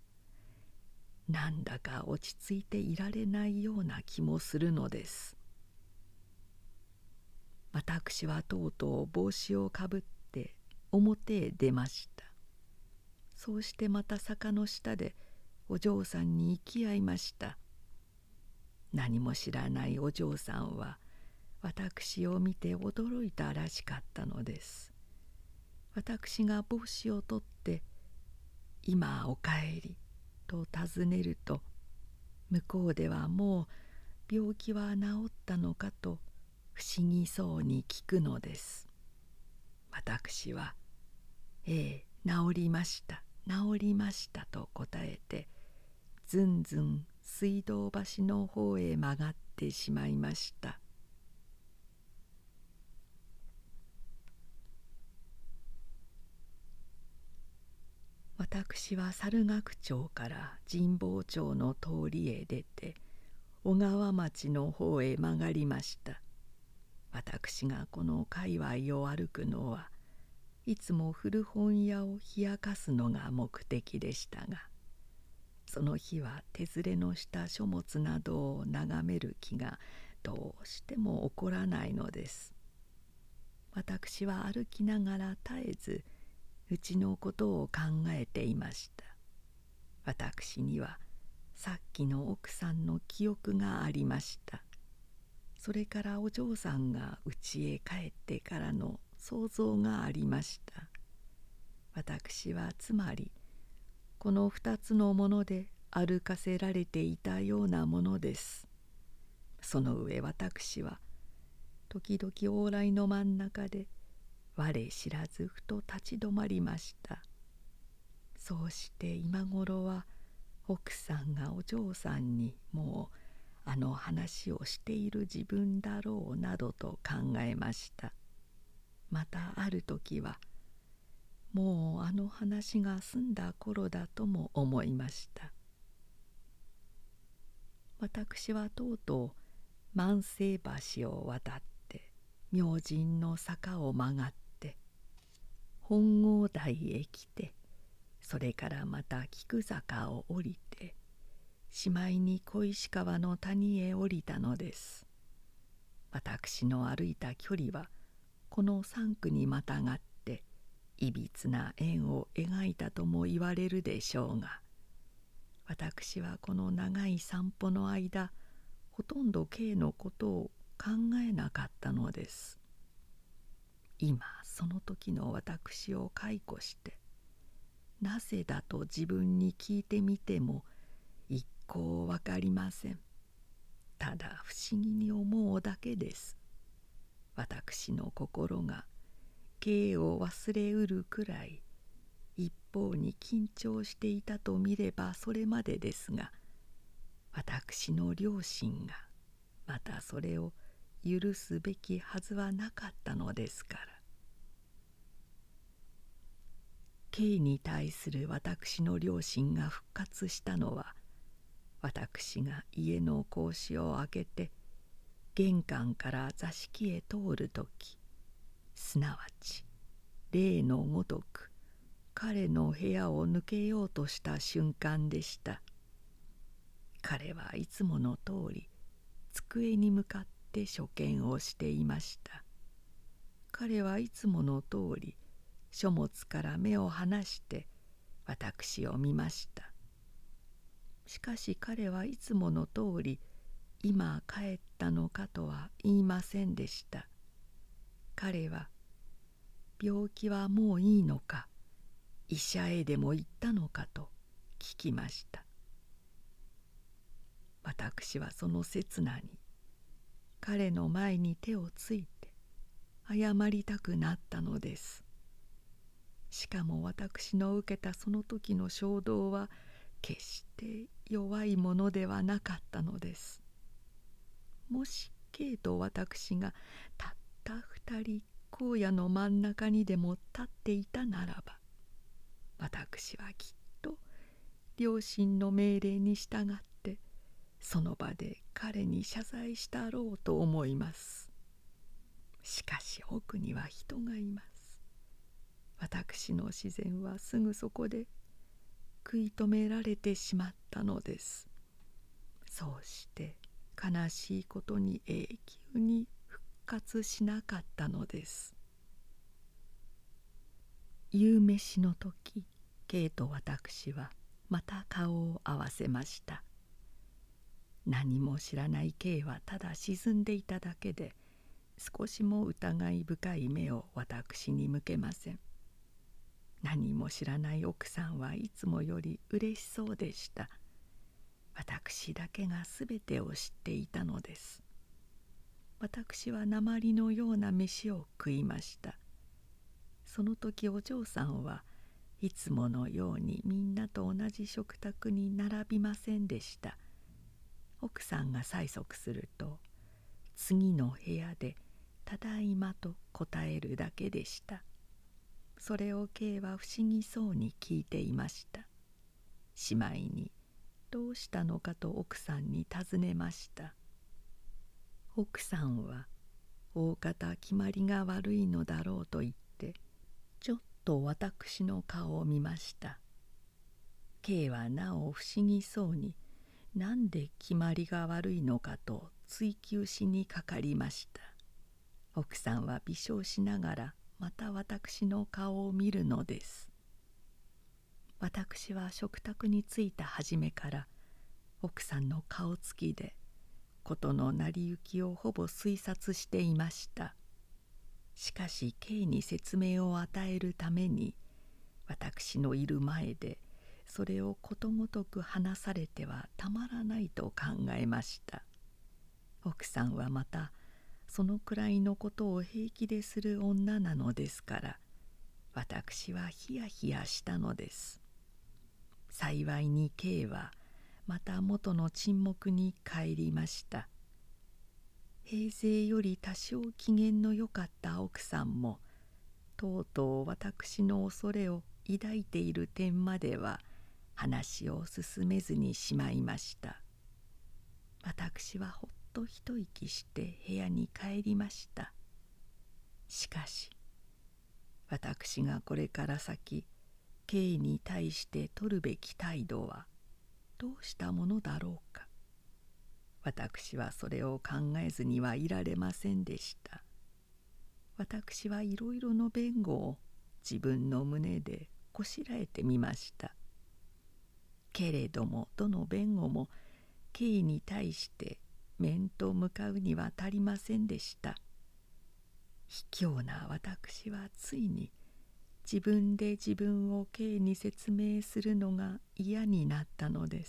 なんだか落ち着いていられないような気もするのです。私はとうとう帽子をかぶって表へ出ました。そうしてまた坂の下でお嬢さんに行き合いました。何も知らないお嬢さんは私を見て驚いたらしかったのです。私が帽子を取って「今お帰り」と尋ねると、向こうではもう病気は治ったのかと不思議そうに聞くのです。私は「ええ、治りました治りました」と答えて、ずんずん水道橋の方へ曲がってしまいました。私は猿楽町から神保町の通りへ出て小川町の方へ曲がりました。私がこの界隈を歩くのはいつも古本屋を冷やかすのが目的でしたが、その日は手ずれのした書物などを眺める気がどうしても起こらないのです。私は歩きながら絶えずうちのことを考えていました。私にはさっきの奥さんの記憶がありました。それからお嬢さんが家へ帰ってからの想像がありました。私はつまりこの2つのもので歩かせられていたようなものです。その上私は時々往来の真ん中で我知らずふと立ち止まりました。そうして今頃は奥さんがお嬢さんにもうあの話をしている自分だろうなどと考えました。またある時はもうあの話が済んだ頃だとも思いました。私はとうとう万世橋を渡って明神の坂を曲がって本郷台へ来て、それからまた菊坂を降りてしまいに小石川の谷へ降りたのです。私の歩いた距離はこの3区にまたがっていびつな円を描いたとも言われるでしょうが、私はこの長い散歩の間ほとんど K のことを考えなかったのです。今その時の私を解雇してなぜだと自分に聞いてみても一向わかりません。ただ不思議に思うだけです。私の心が芸を忘れうるくらい一方に緊張していたと見ればそれまでですが、私の両親がまたそれを許すべきはずはなかったのですから。K に対する私の両親が復活したのは、私が家の格子を開けて玄関から座敷へ通るとき、すなわち例のごとく彼の部屋を抜けようとした瞬間でした。彼はいつもの通り机に向かって書見をしていました。彼はいつもの通り書物から目を離して私を見ました。 しかし彼はいつもの通り今帰ったのかとは言いませんでした。彼は病気はもういいのか、医者へでも行ったのかと聞きました。私はその刹那に彼の前に手をついて謝りたくなったのです。しかも私の受けたその時の衝動は決して弱いものではなかったのです。もしKと私がたった二人荒野の真ん中にでも立っていたならば、私はきっと両親の命令に従ってその場で彼に謝罪したろうと思います。しかし奥には人がいます。私の自然はすぐそこで食い止められてしまったのです。そうして悲しいことに永久に復活しなかったのです。夕飯の時、Kと私はまた顔を合わせました。何も知らない K はただ沈んでいただけで、少しも疑い深い目を私に向けません。何も知らない奥さんはいつもより嬉しそうでした。私だけがすべてを知っていたのです。私は鉛のような飯を食いました。その時お嬢さんはいつものようにみんなと同じ食卓に並びませんでした。奥さんが催促すると、次の部屋でただいまと答えるだけでした。それをKは不思議そうに聞いていました。しまいにどうしたのかと奥さんに尋ねました。奥さんは大方決まりが悪いのだろうと言ってちょっと私の顔を見ました。Kはなお不思議そうになんで決まりが悪いのかと追求しにかかりました。奥さんは微笑しながらまた私の顔を見るのです。私は食卓に着いた初めから奥さんの顔つきで事の成り行きをほぼ推察していました。しかしKに説明を与えるために私のいる前でそれをことごとく話されてはたまらないと考えました。奥さんはまたそのくらいのことを平気でする女なのですから、私はヒヤヒヤしたのです。幸いにKはまた元の沈黙に帰りました。平生より多少機嫌のよかった奥さんもとうとう私の恐れを抱いている点までは話を進めずにしまいました。私はほっと一息して部屋に帰りました。しかし私がこれから先Kに対して取るべき態度はどうしたものだろうか。私はそれを考えずにはいられませんでした。私はいろいろの弁護を自分の胸でこしらえてみました。けれどもどの弁護もKに対して面と向かうには足りませんでした。卑怯な私はついに自分で自分をKに説明するのが嫌になったのです。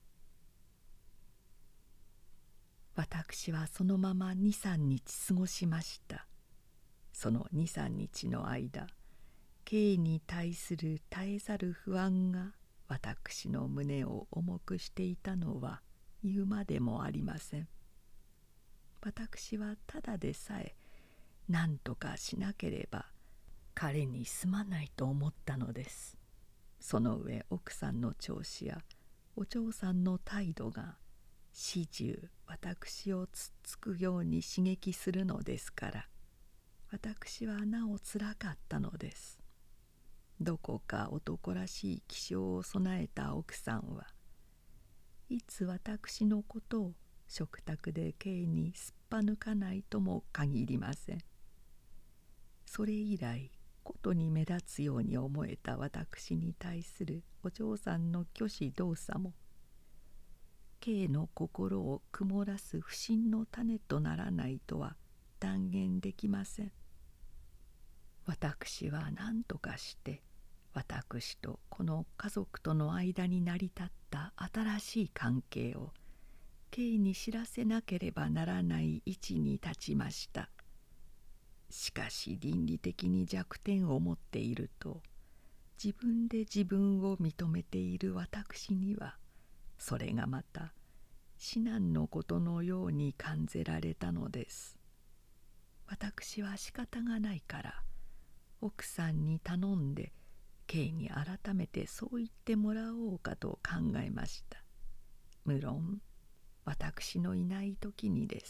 私はそのまま2、3日過ごしました。その2、3日の間、Kに対する絶えざる不安が私の胸を重くしていたのは言うまでもありません。私はただでさえ何とかしなければ彼にすまないと思ったのです。その上奥さんの調子やお嬢さんの態度が始終私をつっつくように刺激するのですから、私はなおつらかったのです。どこか男らしい気性を備えた奥さんはいつ私のことを食卓でKにすっぱ抜かないとも限りません。それ以来ことに目立つように思えた私に対するお嬢さんの虚子動作も K の心を曇らす不信の種とならないとは断言できません。私は何とかして私とこの家族との間に成り立った新しい関係をKに知らせなければならない位置に立ちました。しかし倫理的に弱点を持っていると自分で自分を認めている私にはそれがまた至難のことのように感じられたのです。私は仕方がないから奥さんに頼んでKに改めてそう言ってもらおうかと考えました。無論私のいない時にです。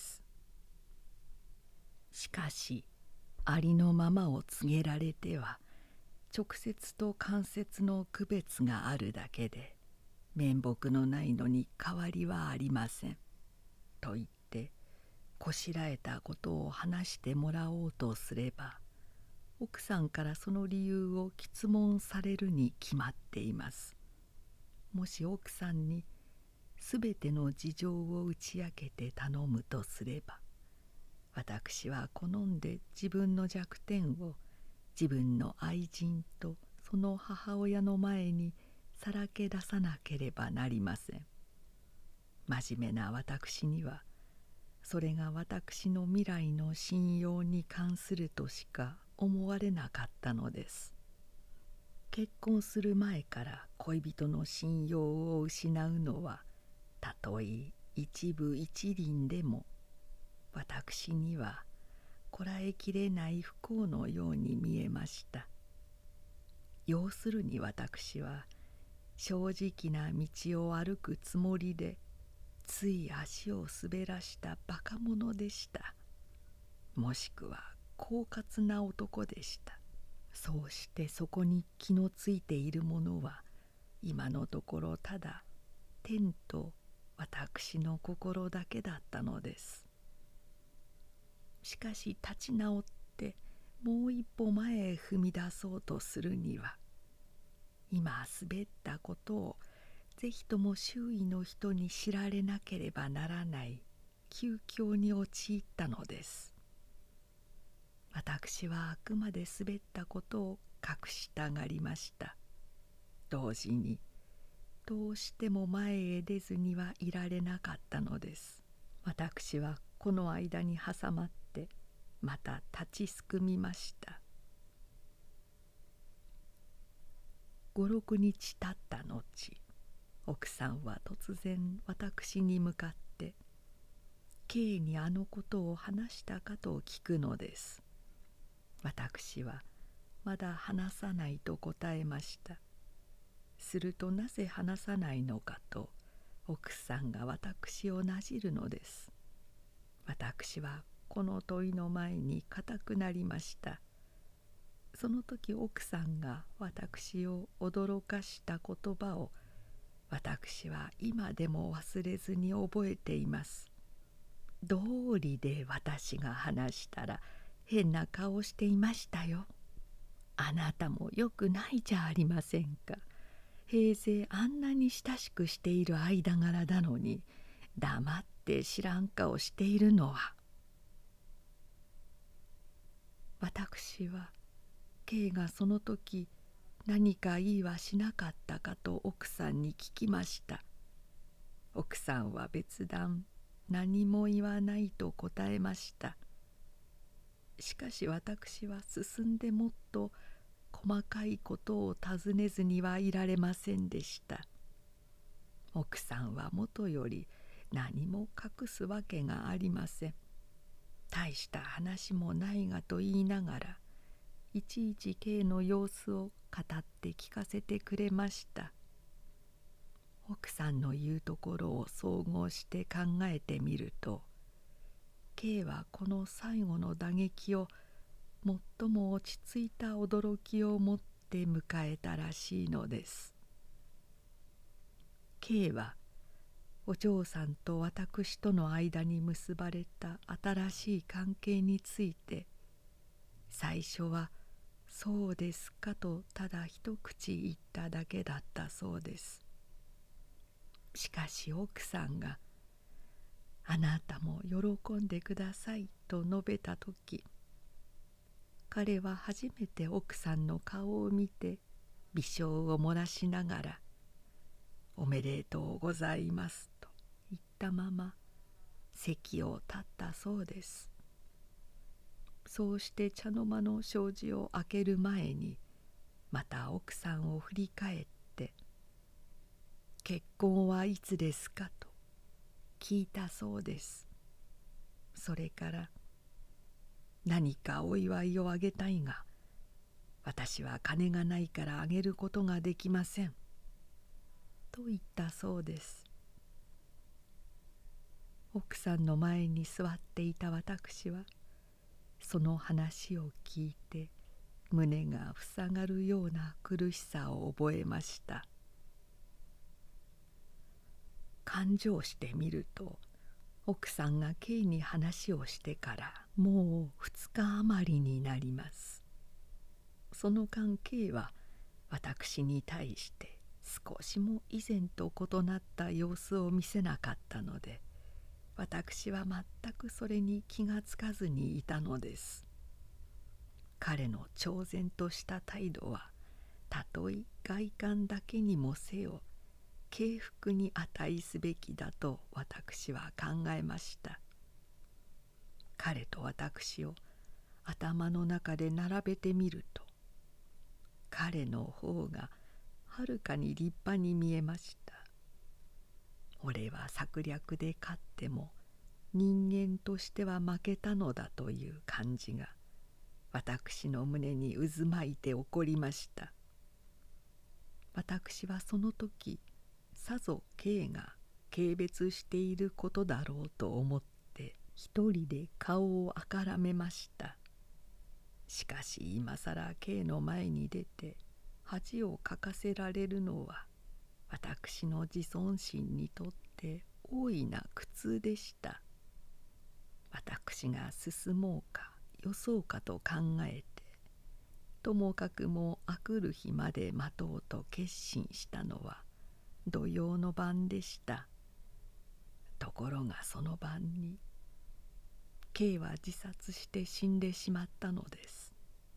しかしありのままを告げられては直接と間接の区別があるだけで面目のないのに変わりはありません。と言ってこしらえたことを話してもらおうとすれば奥さんからその理由を詰問されるに決まっています。もし奥さんにすべての事情を打ち明けて頼むとすれば私は好んで自分の弱点を自分の愛人とその母親の前にさらけ出さなければなりません。真面目な私にはそれが私の未来の信用に関するとしか思われなかったのです。結婚する前から恋人の信用を失うのはたとえ一部一厘でも私にはこらえきれない不幸のように見えました。要するに私は正直な道を歩くつもりでつい足を滑らしたバカ者でした。もしくは狡猾な男でした。そうしてそこに気のついているものは今のところただ天と私の心だけだったのです。しかし立ち直ってもう一歩前へ踏み出そうとするには今滑ったことをぜひとも周囲の人に知られなければならない窮境に陥ったのです。私はあくまで滑ったことを隠したがりました。同時にどうしても前へ出ずにはいられなかったのです。私はこの間に挟まってまた立ちすくみました。5、6日経った後奥さんは突然私に向かってKにあのことを話したかと聞くのです。私はまだ話さないと答えました。するとなぜ話さないのかと奥さんが私をなじるのです。私はこの問いの前に固くなりました。その時奥さんが私を驚かした言葉を私は今でも忘れずに覚えています。道理で私が話したら変な顔していましたよ。あなたもよくないじゃありませんか。平生あんなに親しくしている間柄なのに黙って知らん顔しているのは。私はKがその時何か言いはしなかったかと奥さんに聞きました。奥さんは別段何も言わないと答えました。しかし私は進んでもっと細かいことを尋ねずにはいられませんでした。奥さんはもとより何も隠すわけがありません。大した話もないがと言いながらいちいちKの様子を語って聞かせてくれました。奥さんの言うところを総合して考えてみるとKはこの最後の打撃を最も落ち着いた驚きを持って迎えたらしいのです。Kはお嬢さんと私との間に結ばれた新しい関係について最初は「そうですか」とただ一口言っただけだったそうです。 しかし奥さんが「あなたも喜んでください」と述べた時、彼は初めて奥さんの顔を見て微笑を漏らしながら「おめでとうございます」と言ったまま席を立ったそうです。そうして茶の間の障子を開ける前にまた奥さんを振り返って「結婚はいつですか?」と聞いたそうです。それから「何かお祝いをあげたいが私は金がないからあげることができません」と言ったそうです。奥さんの前に座っていた私はその話を聞いて胸が塞がるような苦しさを覚えました。勘定してみると奥さんが K に話をしてからもう2日余りになります。その間 K は私に対して少しも以前と異なった様子を見せなかったので、私は全くそれに気がつかずにいたのです。彼の超然とした態度はたとえ外観だけにもせよ敬服に値すべきだと私は考えました。彼と私を頭の中で並べてみると彼の方がはるかに立派に見えました。俺は策略で勝っても人間としては負けたのだという感じが私の胸に渦巻いて起こりました。私はその時さぞ K が軽蔑していることだろうと思って一人で顔をあからめました。しかし今さら K の前に出て恥をかかせられるのは私の自尊心にとって大いな苦痛でした。私が進もうかよそうかと考えてともかくもうあくる日まで待とうと決心したのは土曜の晩でした。ところがその晩に K は自殺して死んでしまったのです。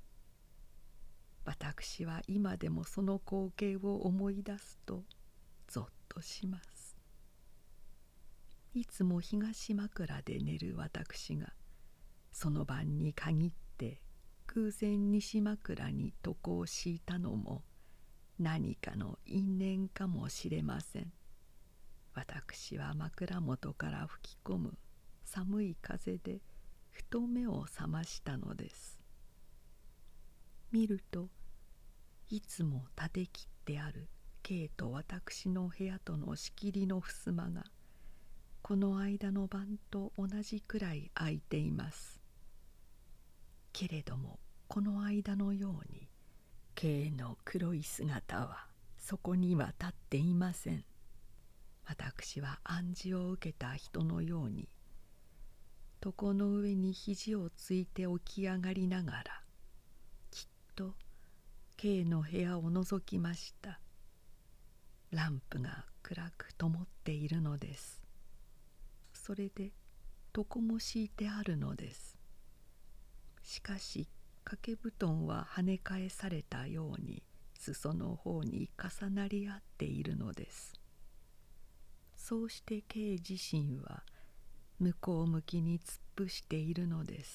私は今でもその光景を思い出すとぞっとします。いつも東枕で寝る私がその晩に限って空前西枕に床を敷いたのも何かの因縁かもしれません。私は枕元から吹き込む寒い風でふと目を覚ましたのです。見るといつも立て切ってある K と私の部屋との仕切りの襖がこの間の晩と同じくらい開いています。けれどもこの間のように K の黒い姿はそこには立っていません。私は暗示を受けた人のように床の上に肘をついて起き上がりながらきっと K の部屋を覗きました。ランプが暗く灯っているのです。それで床も敷いてあるのです。しかし掛け布団は跳ね返されたように裾の方に重なり合っているのです。そうして K 自身は向こう向きに突っ伏しているのです。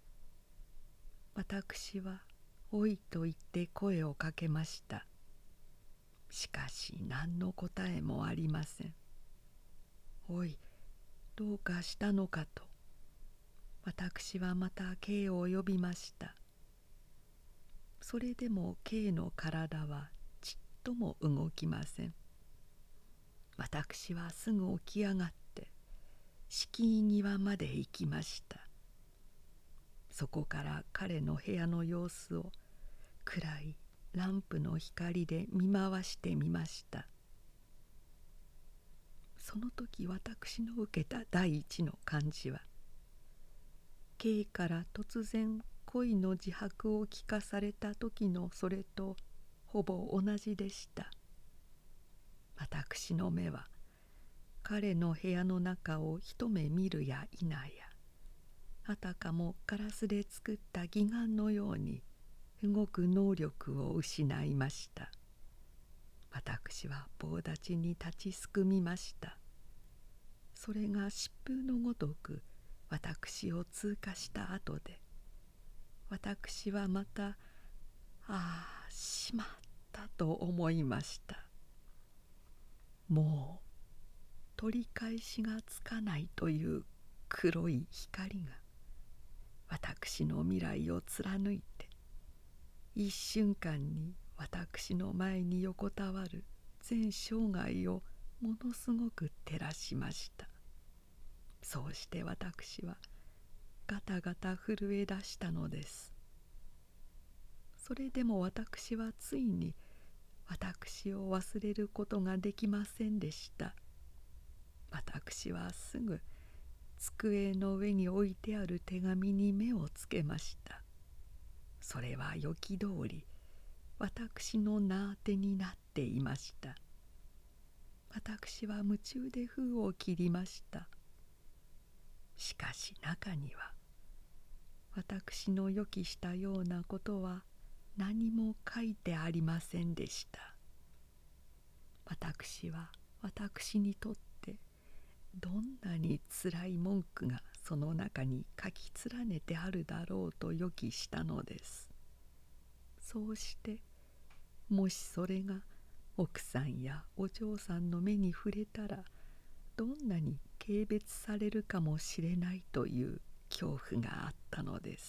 私は「おい」と言って声をかけました。しかし何の答えもありません。おい、どうかしたのかと私はまた K を呼びました。それでも K の体はちっとも動きません。私はすぐ起き上がって敷居際まで行きました。そこから彼の部屋の様子を暗いランプの光で見回してみました。その時私の受けた第一の感じは K から突然恋の自白を聞かされた時のそれとほぼ同じでした。私の目は彼の部屋の中を一目見るや否や、あたかもガラスで作った義眼のように動く能力を失いました。私は棒立ちに立ちすくみました。それが疾風のごとく私を通過した後で、私はまた「ああしまった」と思いました。もう取り返しがつかないという黒い光が私の未来を貫いて、一瞬間に私の前に横たわる全生涯をものすごく照らしました。そうして私はガタガタ震え出したのです。それでも私はついに私を忘れることができませんでした。私はすぐ机の上に置いてある手紙に目をつけました。それは予期通り私の名当てになっていました。私は夢中で封を切りました。しかし中には私の予期したようなことは何も書いてありませんでした。私は私にとってどんなにつらい文句がその中に書き連ねてあるだろうと予期したのです。そうしてもしそれが奥さんやお嬢さんの目に触れたらどんなに軽蔑されるかもしれないという恐怖があったのです。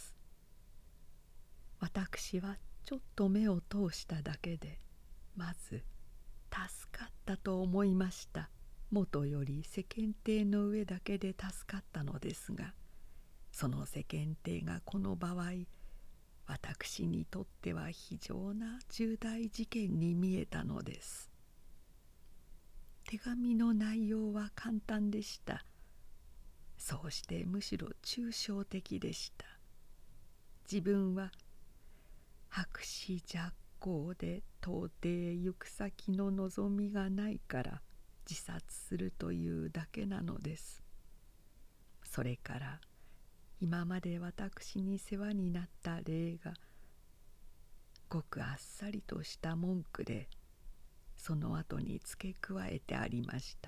私はちょっと目を通しただけでまず助かったと思いました。もとより世間体の上だけで助かったのですが、その世間体がこの場合私にとっては非常な重大事件に見えたのです。手紙の内容は簡単でした。そうしてむしろ抽象的でした。自分は博士弱行で到底行く先の望みがないから自殺するというだけなのです。それから今まで私に世話になった例がごくあっさりとした文句でその後に付け加えてありました。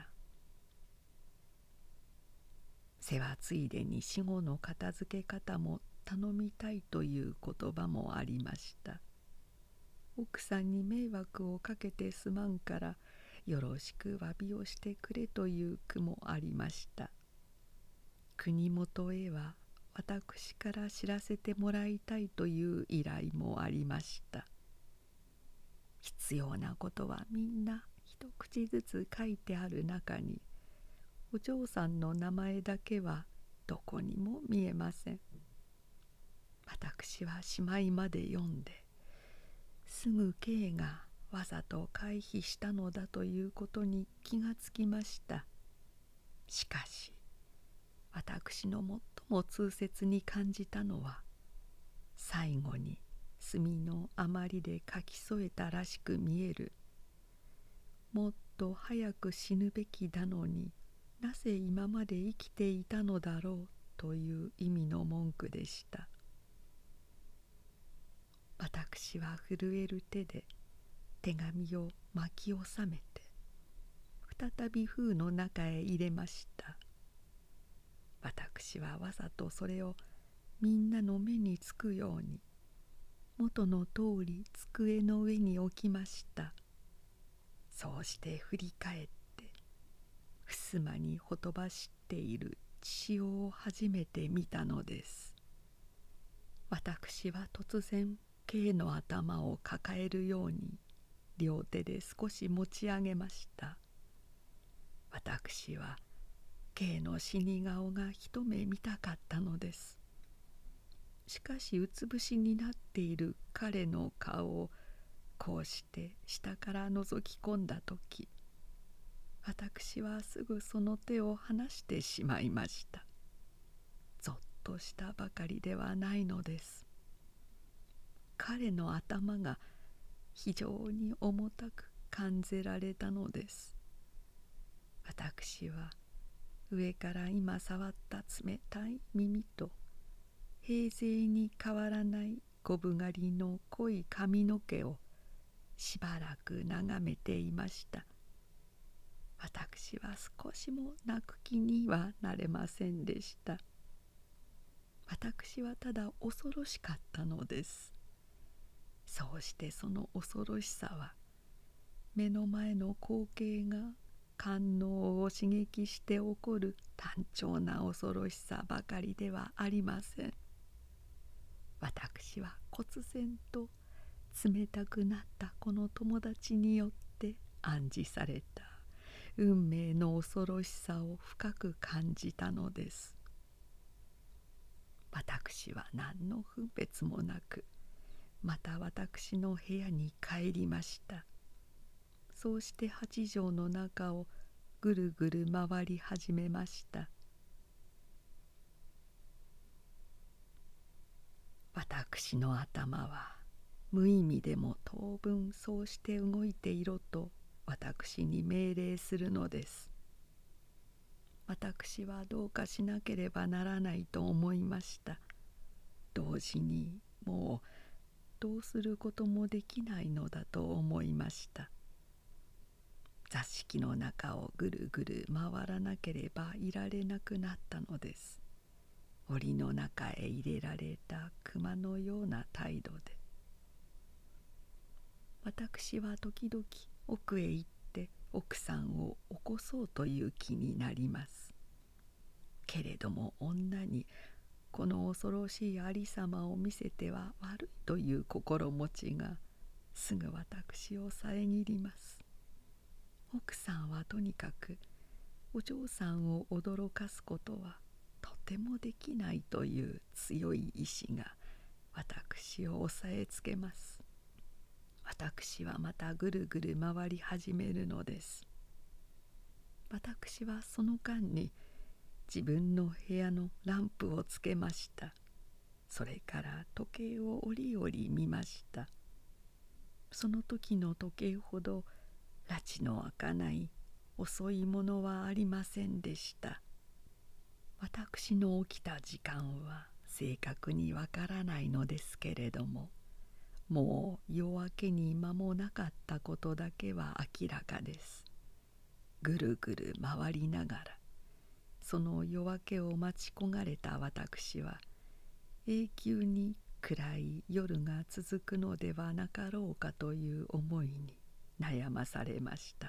世話ついでに死後の片付け方も頼みたいという言葉もありました。奥さんに迷惑をかけてすまんからよろしく詫びをしてくれという句もありました。国元へは私から知らせてもらいたいという依頼もありました。必要なことはみんな一口ずつ書いてある中にお嬢さんの名前だけはどこにも見えません。私はしまいまで読んですぐ K がわざと回避したのだということに気がつきました。しかし私の最も痛切に感じたのは最後に墨の余りで書き添えたらしく見えるもっと早く死ぬべきだのになぜ今まで生きていたのだろうという意味の文句でした。私は震える手で手紙を巻き収めて再び封の中へ入れました。私はわざとそれをみんなの目につくように元の通り机の上に置きました。そうして振り返って襖にほとばしっている血潮を初めて見たのです。私は突然 K の頭を抱えるように両手で少し持ち上げました。私は K の死に顔が一目見たかったのです。しかしうつ伏しになっている彼の顔をこうして下から覗き込んだ時、私はすぐその手を離してしまいました。ぞっとしたばかりではないのです。彼の頭が非常に重たく感じられたのです。 私は上から今触った冷たい耳と平静に変わらないこぶがりの濃い髪の毛をしばらく眺めていました。私は少しも泣く気にはなれませんでした。私はただ恐ろしかったのです。そうしてその恐ろしさは目の前の光景が官能を刺激して起こる単調な恐ろしさばかりではありません。私は忽然と冷たくなったこの友達によって暗示された運命の恐ろしさを深く感じたのです。私は何の分別もなくまた私の部屋に帰りました。そうして8畳の中をぐるぐる回り始めました。私の頭は無意味でも当分そうして動いていろと私に命令するのです。私はどうかしなければならないと思いました。同時にもうどうすることもできないのだと思いました。座敷の中をぐるぐる回らなければいられなくなったのです。檻の中へ入れられた熊のような態度で。私は時々奥へ行って奥さんを起こそうという気になります。けれども女にこの恐ろしいありさまを見せては悪いという心持ちがすぐ私を遮ります。奥さんはとにかくお嬢さんを驚かすことはとてもできないという強い意志が私を押さえつけます。私はまたぐるぐる回り始めるのです。私はその間に自分の部屋のランプをつけました。それから時計を折々見ました。その時の時計ほど埒の明かない遅いものはありませんでした。私の起きた時間は正確にわからないのですけれども、もう夜明けに間もなかったことだけは明らかです。ぐるぐる回りながらその夜明けを待ち焦がれた私は永久に暗い夜が続くのではなかろうかという思いに悩まされました。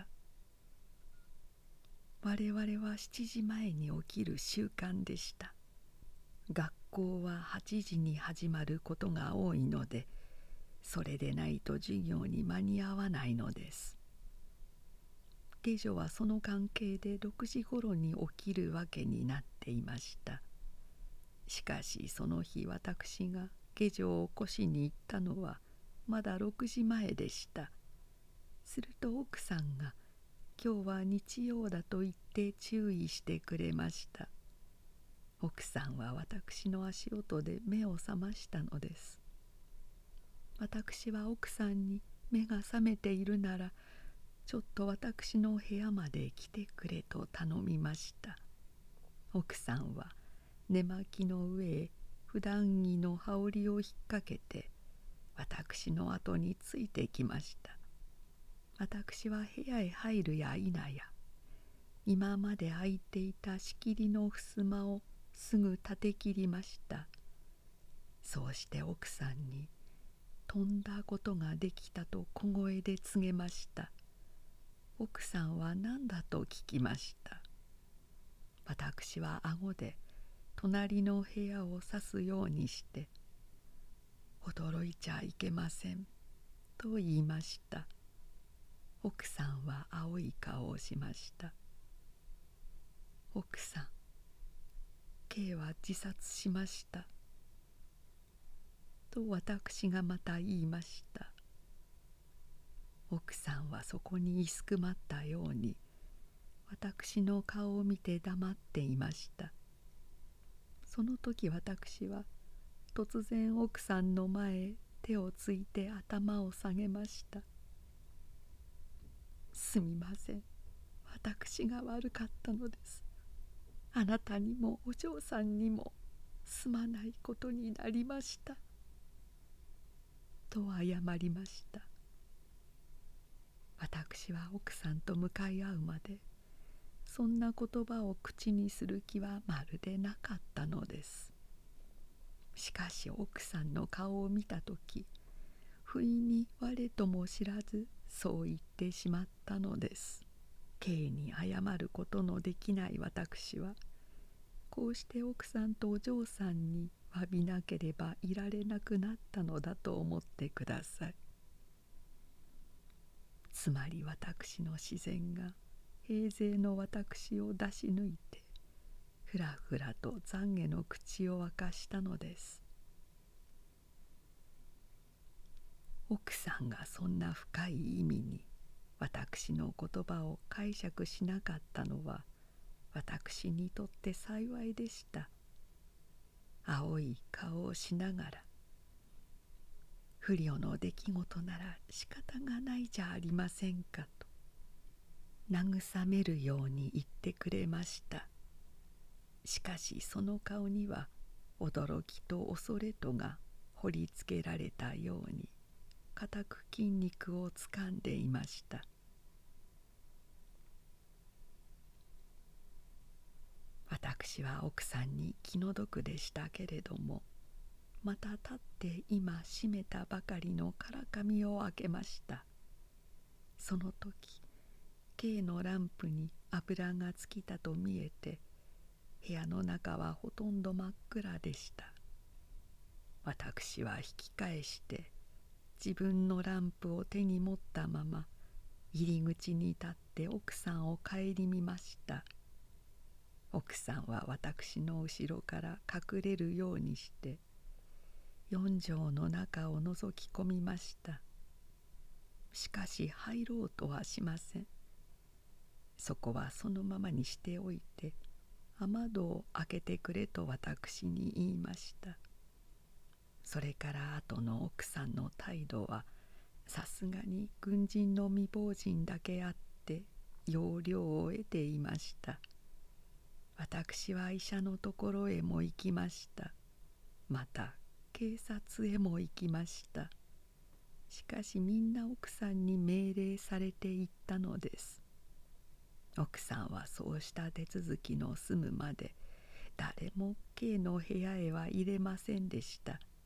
我々は7時前に起きる習慣でした。学校は8時に始まることが多いので、それでないと授業に間に合わないのです。下女はその関係で6時ごろに起きるわけになっていました。しかしその日私が下女を起こしに行ったのはまだ6時前でした。すると奥さんが今日は日曜だと言って注意してくれました。奥さんは私の足音で目を覚ましたのです。私は奥さんに目が覚めているならちょっと私の部屋まで来てくれと頼みました。奥さんは寝巻きの上へ普段着の羽織を引っ掛けて私の後についてきました。私は部屋へ入るや否や今まで開いていた仕切りの襖をすぐ立て切りました。そうして奥さんにとんだことができたと小声で告げました。奥さんは何だと聞きました。私は顎で隣の部屋を指すようにして「驚いちゃいけません」と言いました。奥さんは青い顔をしました。奥さん、K は自殺しましたと私がまた言いました。奥さんはそこに居すくまったように私の顔を見て黙っていました。その時私は突然奥さんの前へ手をついて頭を下げました。すみません。 私が悪かったのです。あなたにもお嬢さんにもすまないことになりました」と謝りました。私は奥さんと向かい合うまでそんな言葉を口にする気はまるでなかったのです。しかし奥さんの顔を見たとき、不意に我とも知らずそう言ってしまったのです。Ｋに謝ることのできない私は、こうして奥さんとお嬢さんに詫びなければいられなくなったのだと思ってください。つまり私の自然が平勢の私を出し抜いて、ふらふらと懺悔の口を明かしたのです。奥さんがそんな深い意味に私の言葉を解釈しなかったのは私にとって幸いでした。青い顔をしながら、不慮の出来事なら仕方がないじゃありませんかと慰めるように言ってくれました。しかしその顔には驚きと恐れとが彫りつけられたように固く筋肉をつかんでいました。私は奥さんに気の毒でしたけれども、また立って今閉めたばかりのからかみを開けました。その時 K のランプに油が尽きたと見えて、部屋の中はほとんど真っ暗でした。私は引き返して自分のランプを手に持ったまま入り口に立って奥さんを顧みました。奥さんは私の後ろから隠れるようにして4畳の中を覗き込みました。しかし入ろうとはしません。そこはそのままにしておいて雨戸を開けてくれと私に言いました。それから後の奥さんの態度はさすがに軍人の未亡人だけあって要領を得ていました。私は医者のところへも行きました。また警察へも行きました。しかしみんな奥さんに命令されていったのです。奥さんはそうした手続きの済むまで誰も K の部屋へは入れませんでした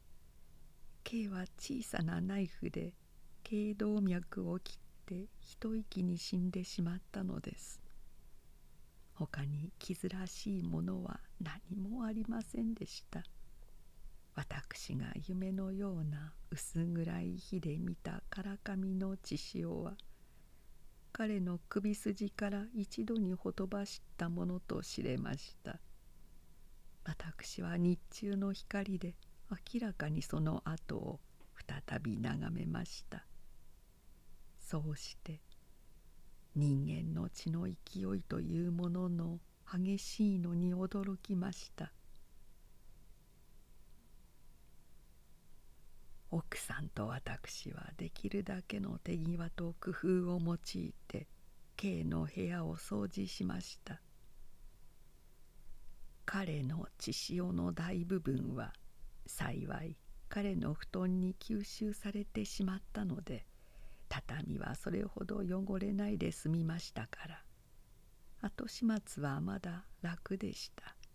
。K は小さなナイフで頸動脈を切って一息に死んでしまったのです。他に傷らしいものは何もありませんでした。私が夢のような薄暗い火で見たからかみの血潮は彼の首筋から一度にほとばしったものと知れました。私は日中の光で明らかにその跡を再び眺めました。そうして人間の血の勢いというものの激しいのに驚きました。奥さんと私はできるだけの手際と工夫を用いて K の部屋を掃除しました。彼の血潮の大部分は幸い彼の布団に吸収されてしまったので、畳はそれほど汚れないで済みましたから、後始末はまだ楽でした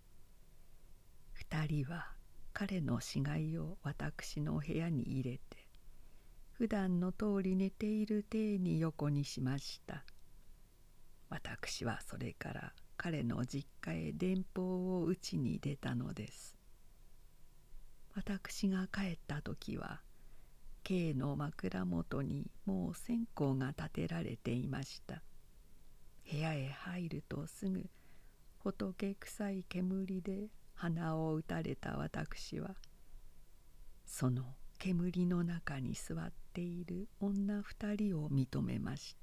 。2人は彼の死骸を私の部屋に入れて、普段の通り寝ている体に横にしました。私はそれから彼の実家へ電報を打ちに出たのです。私が帰った時は K の枕元にもう線香が立てられていました。部屋へ入るとすぐ仏臭い煙で鼻を打たれた私は、その煙の中に座っている女2人を認めました。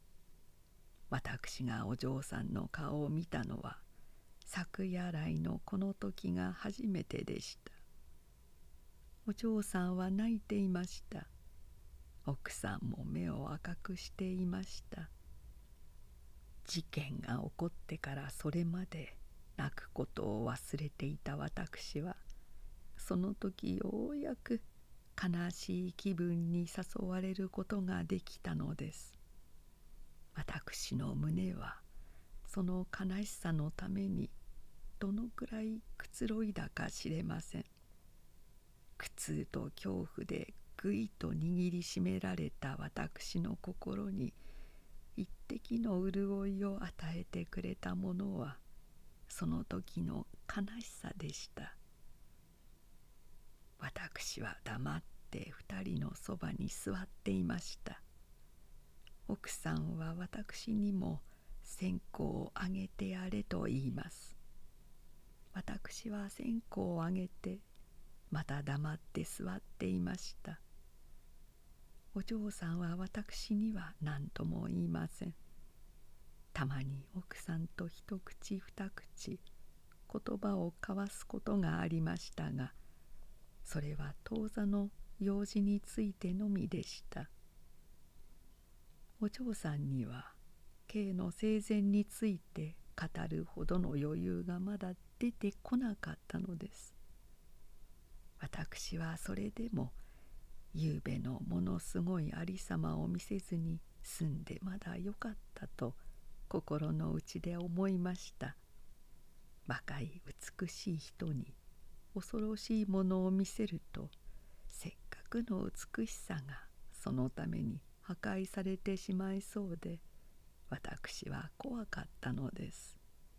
私がお嬢さんの顔を見たのは昨夜来のこの時が初めてでした。お嬢さんは泣いていました。奥さんも目を赤くしていました。 事件が起こってからそれまで泣くことを忘れていた私は、その時ようやく悲しい気分に誘われることができたのです。私の胸はその悲しさのためにどのくらいくつろいだか知れません。苦痛と恐怖でぐいと握りしめられた私の心に一滴の潤いを与えてくれたものはその時の悲しさでした。私は黙って二人のそばに座っていました。奥さんは私にも線香をあげてやれと言います。私は線香をあげてまた黙って座っていました。お嬢さんは私には何とも言いません。たまに奥さんと一口二口言葉を交わすことがありましたが、それは当座の用事についてのみでした。お嬢さんにはKの生前について語るほどの余裕がまだ出てこなかったのです。私はそれでもゆうべのものすごいありさまを見せずに済んでまだよかったと心の内で思いました。若い美しい人に恐ろしいものを見せると、せっかくの美しさがそのために破壊されてしまいそうで、私は怖かったのです。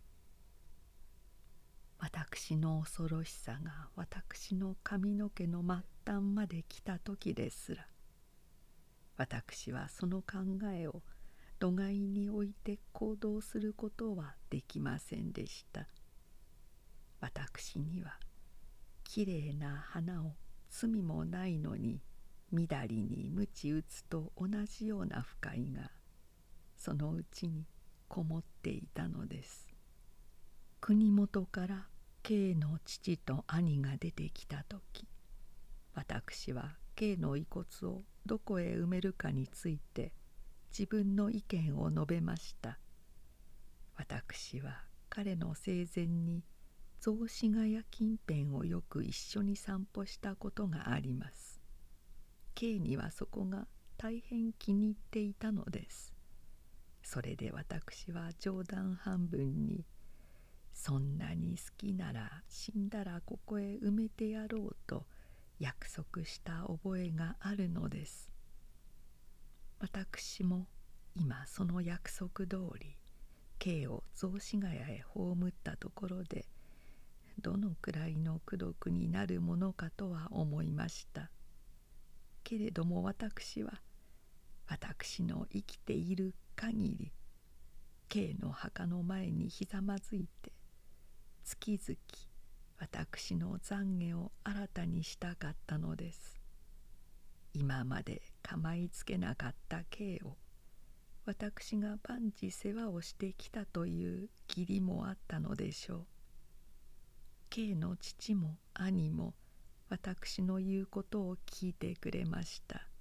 私の恐ろしさが私の髪の毛の末端まで来た時ですら、私はその考えを度外に置いて行動することはできませんでした。私にはきれいな花を罪もないのにみだりに鞭打つと同じような不快がそのうちにこもっていたのです。国元からKの父と兄が出てきた時、私はKの遺骨をどこへ埋めるかについて自分の意見を述べました。私は彼の生前に雑司ヶ谷近辺をよく一緒に散歩したことがあります。Kにはそこが大変気に入っていたのです。それで私は冗談半分に、そんなに好きなら死んだらここへ埋めてやろうと約束した覚えがあるのです。私も今その約束通りKを雑司ヶ谷へ葬ったところで、どのくらいの功徳になるものかとは思いました。けれども私は私の生きている限りKの墓の前にひざまずいて月々私の懺悔を新たにしたかったのです。今まで構いつけなかった K を私が万事世話をしてきたという義理もあったのでしょう。Kの父も兄も私の言うことを聞いてくれました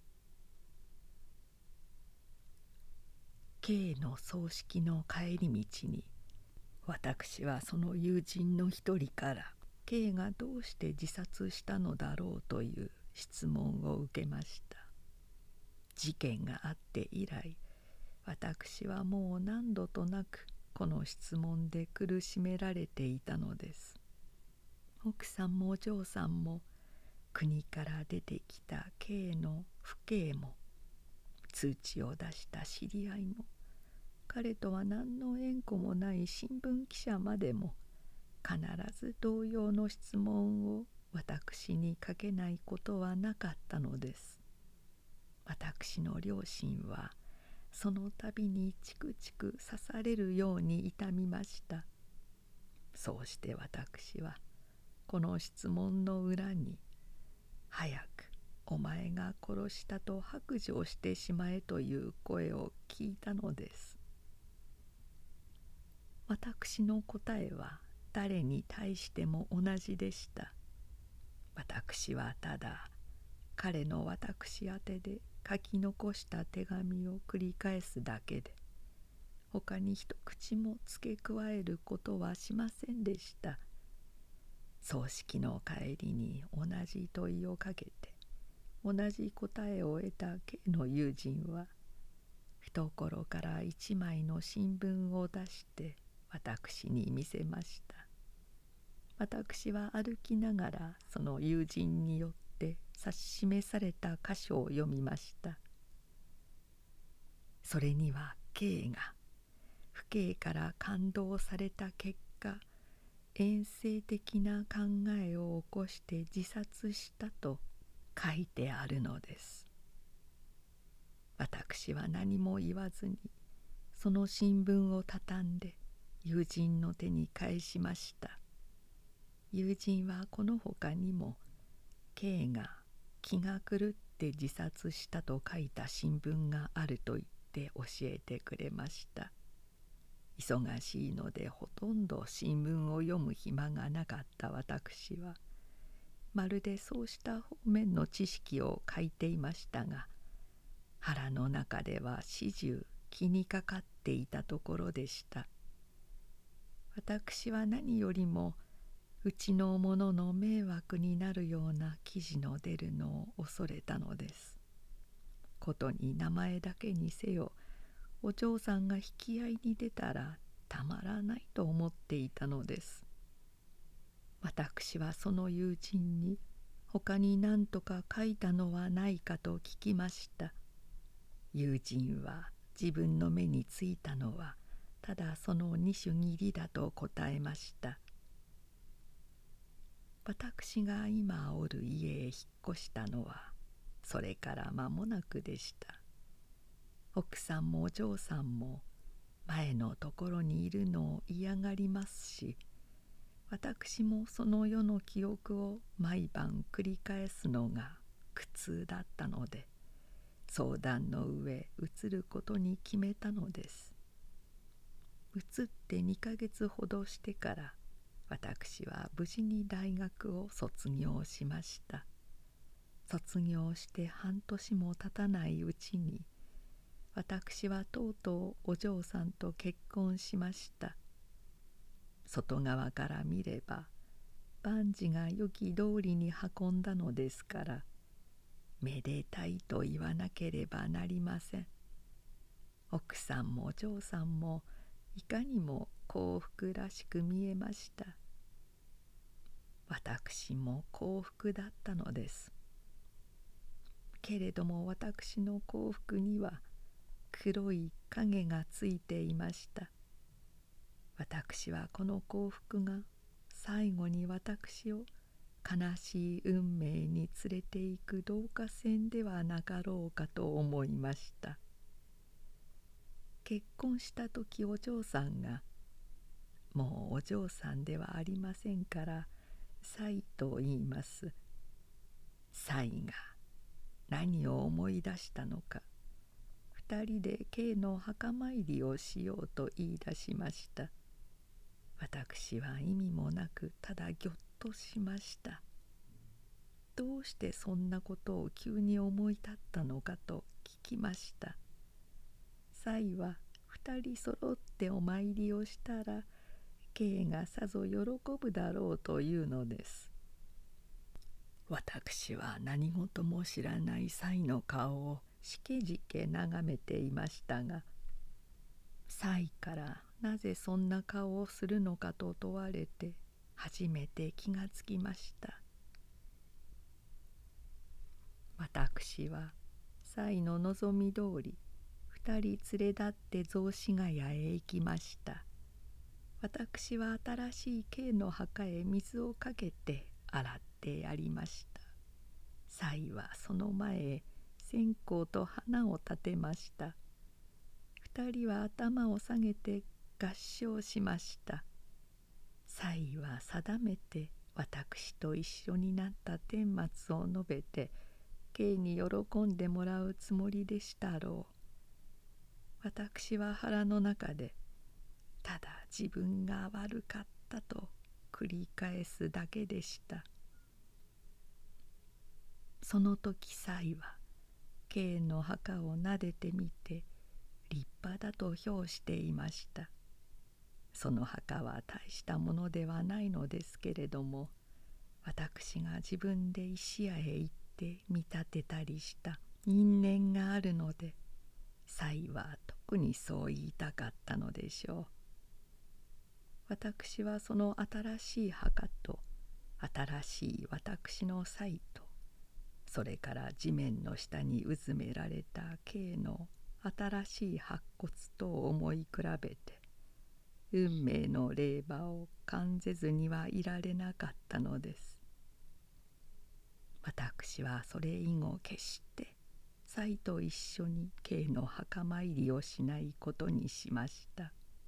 。Kの葬式の帰り道に、私はその友人の一人からKがどうして自殺したのだろうという質問を受けました。事件があって以来、私はもう何度となくこの質問で苦しめられていたのです。奥さんもお嬢さんも国から出てきたKの父兄も通知を出した知り合いも、彼とは何の縁故もない新聞記者までも必ず同様の質問を私にかけないことはなかったのです。私の両親はその度にチクチク刺されるように痛みました。そうして私はこの質問の裏に、早くお前が殺したと白状してしまえという声を聞いたのです。私の答えは誰に対しても同じでした。私はただ彼の私宛てで書き残した手紙を繰り返すだけで、 他に一口も付け加えることはしませんでした。葬式の帰りに同じ問いをかけて同じ答えを得た K の友人は懐から一枚の新聞を出して私に見せました。私は歩きながらその友人によって指し示された箇所を読みました。それには K が父兄から感動された結果、遠征的な考えを起こして自殺したと書いてあるのです。私は何も言わずにその新聞を畳んで友人の手に返しました。友人はこのほかにも K が気が狂って自殺したと書いた新聞があると言って教えてくれました。忙しいのでほとんど新聞を読む暇がなかった私はまるでそうした方面の知識を書いていましたが、腹の中では始終気にかかっていたところでした。私は何よりもうちの者の迷惑になるような記事の出るのを恐れたのです。ことに名前だけにせよ、お嬢さんが引き合いに出たらたまらないと思っていたのです。私はその友人に他に何とか書いたのはないかと聞きました。友人は自分の目についたのはただその2種切りだと答えました。私が今おる家へ引っ越したのはそれから間もなくでした。奥さんもお嬢さんも前のところにいるのを嫌がりますし、私もその世の記憶を毎晩繰り返すのが苦痛だったので、相談の上移ることに決めたのです。移って2ヶ月ほどしてから私は無事に大学を卒業しました。卒業して半年も経たないうちに私はとうとうお嬢さんと結婚しました。外側から見れば万事が良き通りに運んだのですから、めでたいと言わなければなりません。奥さんもお嬢さんもいかにも幸福らしく見えました。私も幸福だったのです。けれども私の幸福には黒い影がついていました。私はこの幸福が最後に私を悲しい運命に連れて行く導火線ではなかろうかと思いました。結婚した時お嬢さんが「もうお嬢さんではありませんからサイと言います。サイが何を思い出したのか、二人で K の墓参りをしようと言い出しました。私は意味もなくただぎょっとしました。どうしてそんなことを急に思い立ったのかと聞きました。サイは二人そろってお参りをしたら K がさぞ喜ぶだろうというのです。私は何事も知らないサイの顔をしけじけ眺めていましたが、サイからなぜそんな顔をするのかと問われて初めて気がつきました。私はサイの望み通り二人連れ立って雑司ヶ谷へ行きました。私は新しい K の墓へ水をかけて洗ってやりました。サイはその前へ線香と花を立てました。二人は頭を下げて合掌しました。サイは定めて私と一緒になった顛末を述べて K に喜んでもらうつもりでしたろう。私は腹の中でただ自分が悪かったと繰り返すだけでした。その時サイは K の墓を撫でてみて立派だと評していました。その墓は大したものではないのですけれども、私が自分で石屋へ行って見立てたりした因縁があるので、妻は特にそう言いたかったのでしょう。私はその新しい墓と新しい私の妻と、それから地面の下にうずめられたKの新しい白骨と思い比べて、運命の霊場を感ぜずにはいられなかったのです。私はそれ以後決して妻と一緒にKの墓参りをしないことにしました。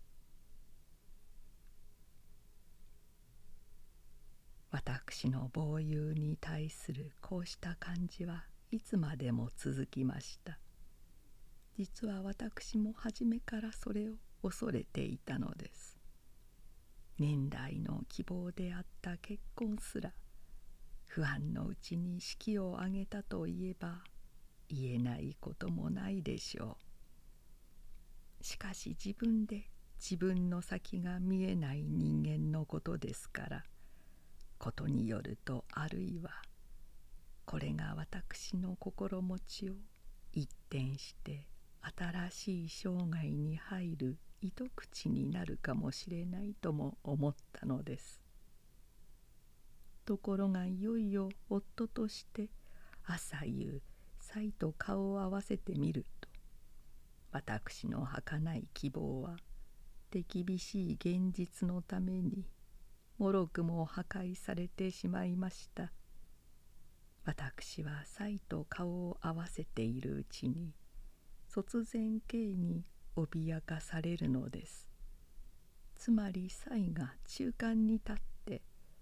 私の傍友に対するこうした感じはいつまでも続きました。実は私も初めからそれを恐れていたのです。年来の希望であった結婚すら不安のうちに式を挙げたと言えば言えないこともないでしょう。しかし自分で自分の先が見えない人間のことですから、ことによるとあるいはこれが私の心持ちを一転して新しい生涯に入る糸口になるかもしれないとも思ったのです。ところがいよいよ夫として朝夕妻と顔を合わせてみると、私の儚い希望は手厳しい現実のためにもろくも破壊されてしまいました。私は妻と顔を合わせているうちに突然Kに脅かされるのです。つまり妻が中間に立って